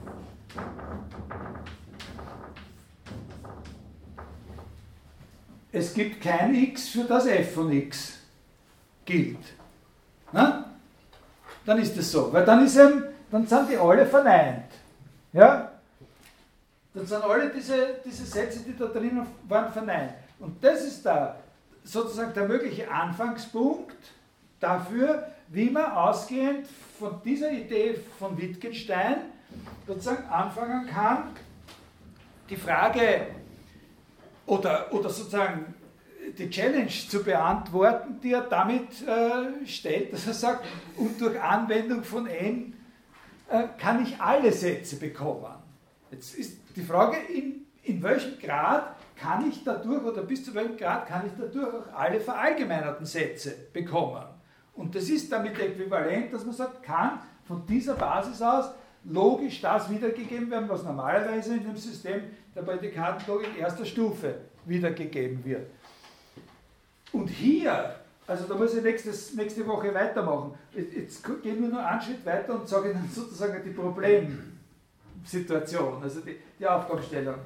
es gibt kein x, für das f von x gilt. Na? Dann ist es so, weil dann, ist eben, dann sind die alle verneint. Ja? Dann sind alle diese, diese Sätze, die da drinnen waren, verneint. Und das ist da sozusagen der mögliche Anfangspunkt dafür, wie man ausgehend von dieser Idee von Wittgenstein sozusagen anfangen kann, die Frage oder, oder sozusagen die Challenge zu beantworten, die er damit äh, stellt, dass er sagt, und durch Anwendung von n äh, kann ich alle Sätze bekommen. Jetzt ist die Frage, in, in welchem Grad kann ich dadurch, oder bis zu welchem Grad kann ich dadurch auch alle verallgemeinerten Sätze bekommen. Und das ist damit äquivalent, dass man sagt, kann von dieser Basis aus logisch das wiedergegeben werden, was normalerweise in dem System der Prädikantenlogik erster Stufe wiedergegeben wird. Und hier, also da muss ich nächstes, nächste Woche weitermachen, jetzt gehen wir nur einen Schritt weiter und sage Ihnen sozusagen die Problemsituation, also die, die Aufgabenstellung.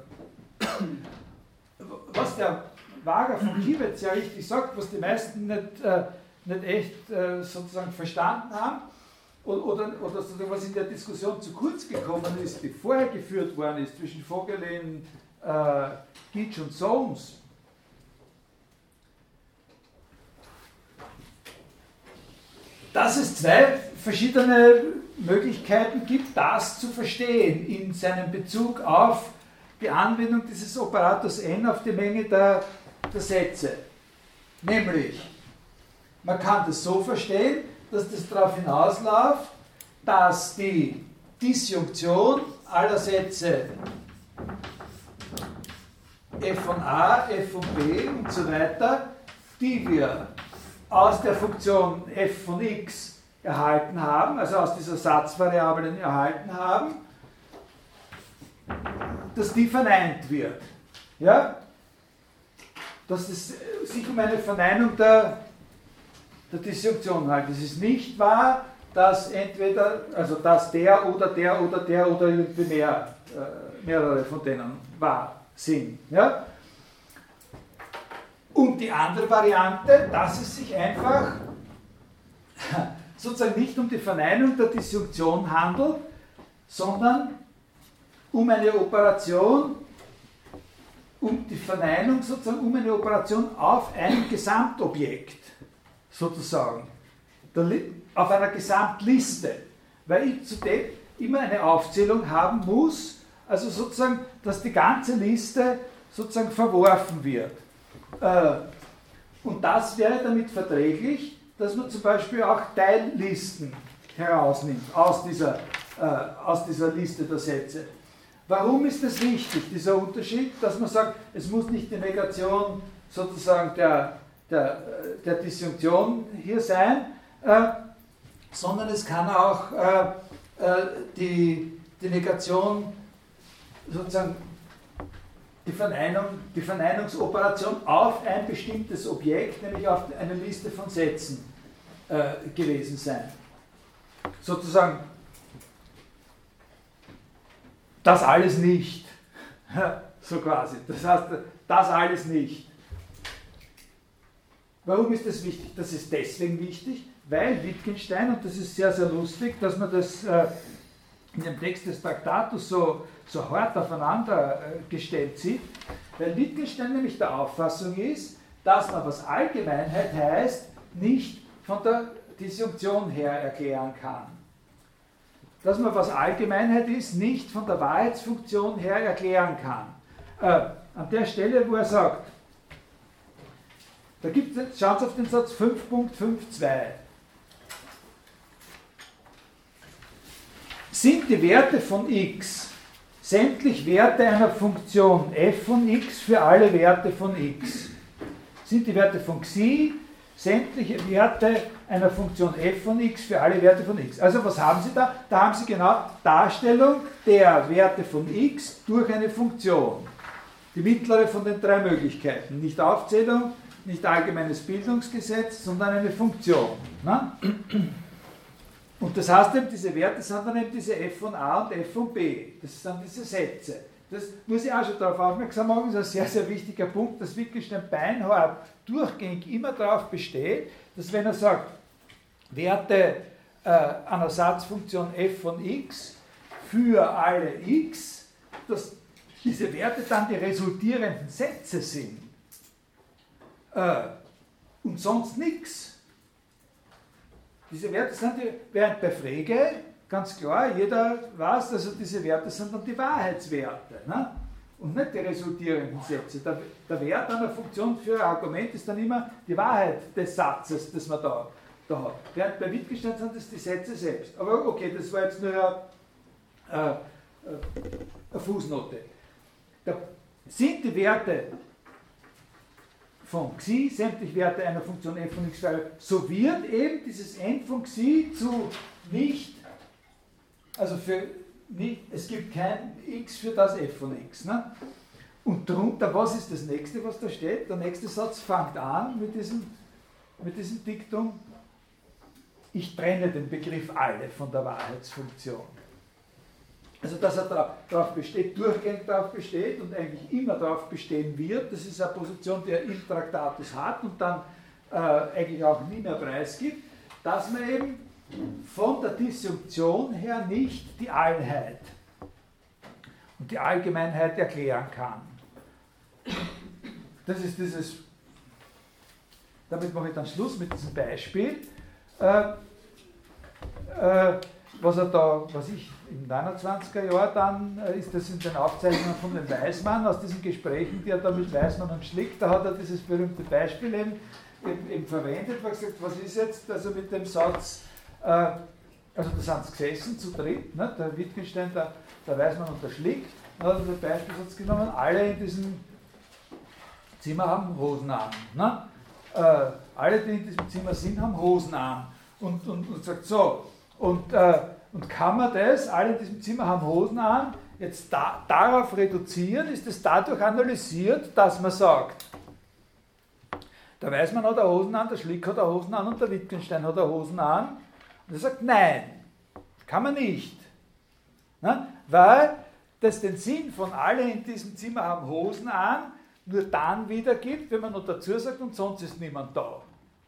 Was der Wager von Kivitz ja richtig sagt, was die meisten nicht, äh, nicht echt äh, sozusagen verstanden haben, oder, oder, oder sozusagen, was in der Diskussion zu kurz gekommen ist, die vorher geführt worden ist zwischen Vogelin, äh, Gitsch und Soames. Dass es zwei verschiedene Möglichkeiten gibt, das zu verstehen in seinem Bezug auf die Anwendung dieses Operators n auf die Menge der, der Sätze. Nämlich, man kann das so verstehen, dass das darauf hinausläuft, dass die Disjunktion aller Sätze f von a, f von b und so weiter, die wir aus der Funktion f von x erhalten haben, also aus dieser Satzvariablen erhalten haben, dass die verneint wird. Ja? Dass es sich um eine Verneinung der, der Disjunktion handelt. Es ist nicht wahr, dass entweder, also dass der oder der oder der oder irgendwie mehr, äh, mehrere von denen wahr sind. Ja? Und die andere Variante, dass es sich einfach sozusagen nicht um die Verneinung der Disjunktion handelt, sondern um eine Operation, um die Verneinung sozusagen, um eine Operation auf ein Gesamtobjekt, sozusagen, auf einer Gesamtliste, weil ich zudem immer eine Aufzählung haben muss, also sozusagen, dass die ganze Liste sozusagen verworfen wird. Und das wäre damit verträglich, dass man zum Beispiel auch Teillisten herausnimmt aus dieser, aus dieser Liste der Sätze. Warum ist das wichtig, dieser Unterschied, dass man sagt, es muss nicht die Negation sozusagen der, der, der Disjunktion hier sein, äh, sondern es kann auch äh, äh, die, die Negation, sozusagen die, Verneinung, die Verneinungsoperation auf ein bestimmtes Objekt, nämlich auf eine Liste von Sätzen äh, gewesen sein. Sozusagen das alles nicht, so quasi. Das heißt, das alles nicht. Warum ist das wichtig? Das ist deswegen wichtig, weil Wittgenstein, und das ist sehr, sehr lustig, dass man das äh, in dem Text des Traktatus so, so hart aufeinander äh, gestellt sieht, weil Wittgenstein nämlich der Auffassung ist, dass man, was Allgemeinheit heißt, nicht von der Disjunktion her erklären kann. Dass man, was Allgemeinheit ist, nicht von der Wahrheitsfunktion her erklären kann. Äh, an der Stelle, wo er sagt, da gibt es, schaut auf den Satz fünf Punkt fünf Punkt zwei. Sind die Werte von x sämtlich Werte einer Funktion f von x für alle Werte von x? Sind die Werte von xi sämtliche Werte einer Funktion f von x für alle Werte von x? Also was haben Sie da? Da haben Sie genau Darstellung der Werte von x durch eine Funktion. Die mittlere von den drei Möglichkeiten. Nicht Aufzählung, nicht allgemeines Bildungsgesetz, sondern eine Funktion. Ne? Und das heißt eben, diese Werte sind dann eben diese f von a und f von b. Das sind diese Sätze. Das muss ich auch schon darauf aufmerksam machen, das ist ein sehr, sehr wichtiger Punkt, dass Wittgenstein beinhart durchgängig immer darauf besteht, dass wenn er sagt, Werte äh, einer Satzfunktion f von x für alle x, dass diese Werte dann die resultierenden Sätze sind. Äh, und sonst nichts. Diese Werte sind, die, während bei Frege, ganz klar, jeder weiß, also diese Werte sind dann die Wahrheitswerte, ne? Und nicht die resultierenden Sätze. Der, der Wert einer Funktion für ein Argument ist dann immer die Wahrheit des Satzes, das man da, da hat. Während bei Wittgenstein sind das die Sätze selbst. Aber okay, das war jetzt nur eine, äh, eine Fußnote. Da sind die Werte von xi, sämtliche Werte einer Funktion f von x, so wird eben dieses n von xi zu nicht, also für nicht, es gibt kein x für das f von x. Ne? Und darunter, was ist das nächste, was da steht? Der nächste Satz fängt an mit diesem, mit diesem Diktum: Ich trenne den Begriff alle von der Wahrheitsfunktion. Also, dass er darauf besteht, durchgehend darauf besteht und eigentlich immer darauf bestehen wird, das ist eine Position, die er im Traktatus hat und dann äh, eigentlich auch nie mehr preisgibt, dass man eben von der Disjunktion her nicht die Allheit und die Allgemeinheit erklären kann. Das ist dieses, damit mache ich dann Schluss mit diesem Beispiel, äh, äh, was er da, was ich, im neunundzwanziger Jahr dann, äh, ist das in den Aufzeichnungen von dem Weismann, aus diesen Gesprächen, die er da mit Weismann und Schlick, da hat er dieses berühmte Beispiel eben, eben, eben verwendet, wo er gesagt, was ist jetzt also mit dem Satz, äh, also da sind sie gesessen zu dritt, ne, der Wittgenstein, der, der Weismann und der Schlick, dann hat er den Beispielsatz genommen, alle in diesem Zimmer haben Hosen an. Ne? Äh, alle, die in diesem Zimmer sind, haben Hosen an. Und, und, und sagt so, und, äh, und kann man das, alle in diesem Zimmer haben Hosen an, jetzt da, darauf reduzieren, ist es dadurch analysiert, dass man sagt, der Weismann hat Hosen an, der Schlick hat Hosen an und der Wittgenstein hat Hosen an. Und er sagt, nein, kann man nicht. Ne? Weil das den Sinn von alle in diesem Zimmer haben Hosen an nur dann wiedergibt, wenn man noch dazu sagt, und sonst ist niemand da.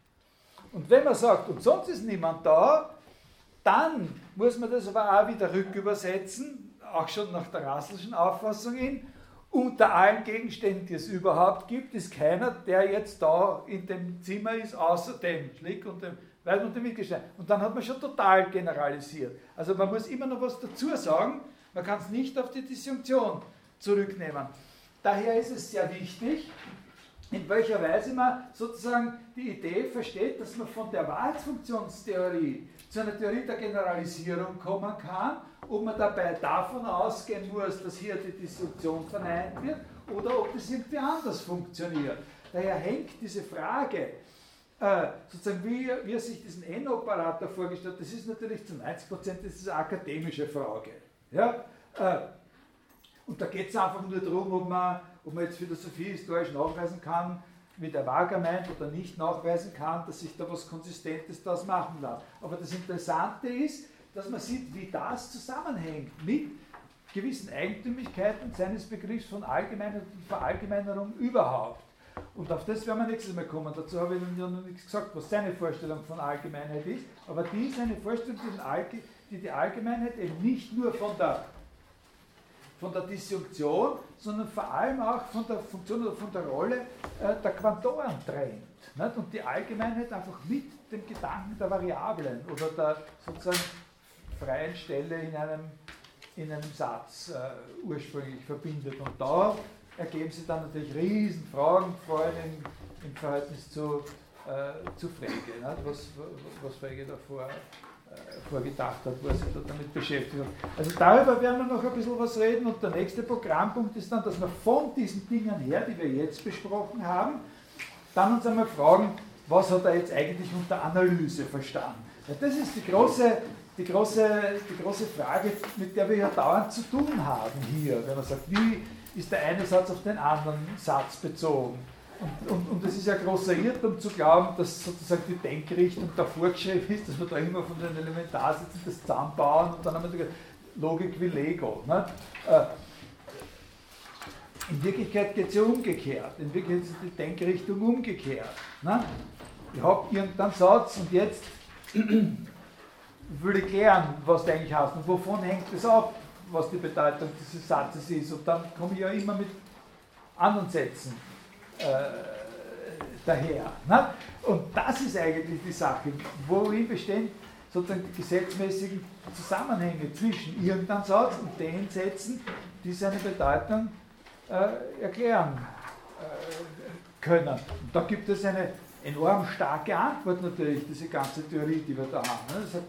Und wenn man sagt, und sonst ist niemand da, dann muss man das aber auch wieder rückübersetzen, auch schon nach der Russellschen Auffassung hin, unter allen Gegenständen, die es überhaupt gibt, ist keiner, der jetzt da in dem Zimmer ist, außer dem Schlick und dem Weismann und dem Wittgenstein. Und dann hat man schon total generalisiert. Also man muss immer noch was dazu sagen, man kann es nicht auf die Disjunktion zurücknehmen. Daher ist es sehr wichtig, in welcher Weise man sozusagen die Idee versteht, dass man von der Wahrheitsfunktionstheorie zu einer Theorie der Generalisierung kommen kann, ob man dabei davon ausgehen muss, dass hier die Disjunktion verneint wird oder ob das irgendwie anders funktioniert. Daher hängt diese Frage, äh, sozusagen wie, wie er sich diesen N-Operator vorgestellt hat, das ist natürlich zu neunzig Prozent eine akademische Frage. Ja? Äh, Und da geht es einfach nur darum, ob man, ob man jetzt Philosophie historisch nachweisen kann, wie der Wager meint, oder nicht nachweisen kann, dass sich da was Konsistentes daraus machen lässt. Aber das Interessante ist, dass man sieht, wie das zusammenhängt mit gewissen Eigentümlichkeiten seines Begriffs von Allgemeinheit und Verallgemeinerung überhaupt. Und auf das werden wir nächstes Mal kommen. Dazu habe ich noch nichts gesagt, was seine Vorstellung von Allgemeinheit ist. Aber die ist eine Vorstellung, die die Allgemeinheit eben nicht nur von der von der Disjunktion, sondern vor allem auch von der Funktion oder von der Rolle äh, der Quantoren trennt. Nicht? Und die Allgemeinheit einfach mit dem Gedanken der Variablen oder der sozusagen freien Stelle in einem, in einem Satz äh, ursprünglich verbindet. Und da ergeben sich dann natürlich Riesenfragen, vor allem im, im Verhältnis zu, äh, zu Frege, nicht? Was, was Frege davor vorgedacht hat, wo er sich da damit beschäftigt hat. Also darüber werden wir noch ein bisschen was reden und der nächste Programmpunkt ist dann, dass wir von diesen Dingen her, die wir jetzt besprochen haben, dann uns einmal fragen, was hat er jetzt eigentlich unter Analyse verstanden? Ja, das ist die große, die, große, die große Frage, mit der wir ja dauernd zu tun haben hier, wenn man sagt, wie ist der eine Satz auf den anderen Satz bezogen? Und, und, und es ist ja großer Irrtum zu glauben, dass sozusagen die Denkrichtung da vorgeschrieben ist, dass wir da immer von den Elementarsätzen das zusammenbauen und dann haben wir gesagt, Logik wie Lego. Ne? Äh, in Wirklichkeit geht es ja umgekehrt. In Wirklichkeit ist die Denkrichtung umgekehrt. Ne? Ich habe irgendeinen Satz und jetzt will ich klären, was der eigentlich heißt und wovon hängt es ab, was die Bedeutung dieses Satzes ist. Und dann komme ich ja immer mit anderen Sätzen Äh, daher. Ne? Und das ist eigentlich die Sache, worin bestehen sozusagen die gesetzmäßigen Zusammenhänge zwischen irgendeinem Satz und den Sätzen, die seine Bedeutung äh, erklären äh, können. Und da gibt es eine enorm starke Antwort natürlich, diese ganze Theorie, die wir da haben. Ne? Das heißt,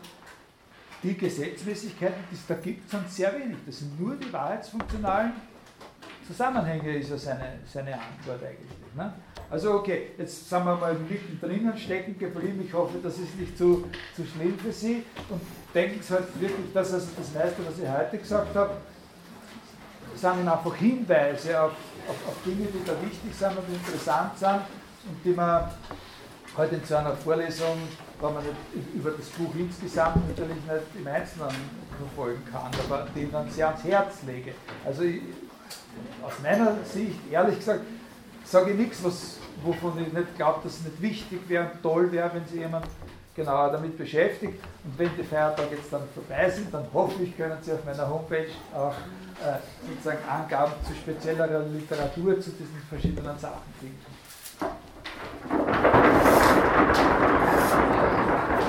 die Gesetzmäßigkeiten, die es da gibt, sind sehr wenig. Das sind nur die wahrheitsfunktionalen Zusammenhänge ist ja seine, seine Antwort eigentlich. Ne? Also okay, jetzt sind wir mal mittendrin stecken geblieben. Ich hoffe, das ist nicht zu, zu schlimm für Sie. Und denken Sie halt wirklich, dass also das meiste, was ich heute gesagt habe, sind einfach Hinweise auf, auf, auf Dinge, die da wichtig sind und interessant sind und die man heute in so einer Vorlesung, wo man nicht über das Buch insgesamt natürlich nicht im Einzelnen verfolgen kann, aber die dann sehr ans Herz lege. Also ich, aus meiner Sicht, ehrlich gesagt, sage ich nichts, was, wovon ich nicht glaube, dass es nicht wichtig wäre und toll wäre, wenn sich jemand genauer damit beschäftigt. Und wenn die Feiertage jetzt dann vorbei sind, dann hoffe ich, können Sie auf meiner Homepage auch äh, sozusagen Angaben zu speziellerer Literatur zu diesen verschiedenen Sachen finden.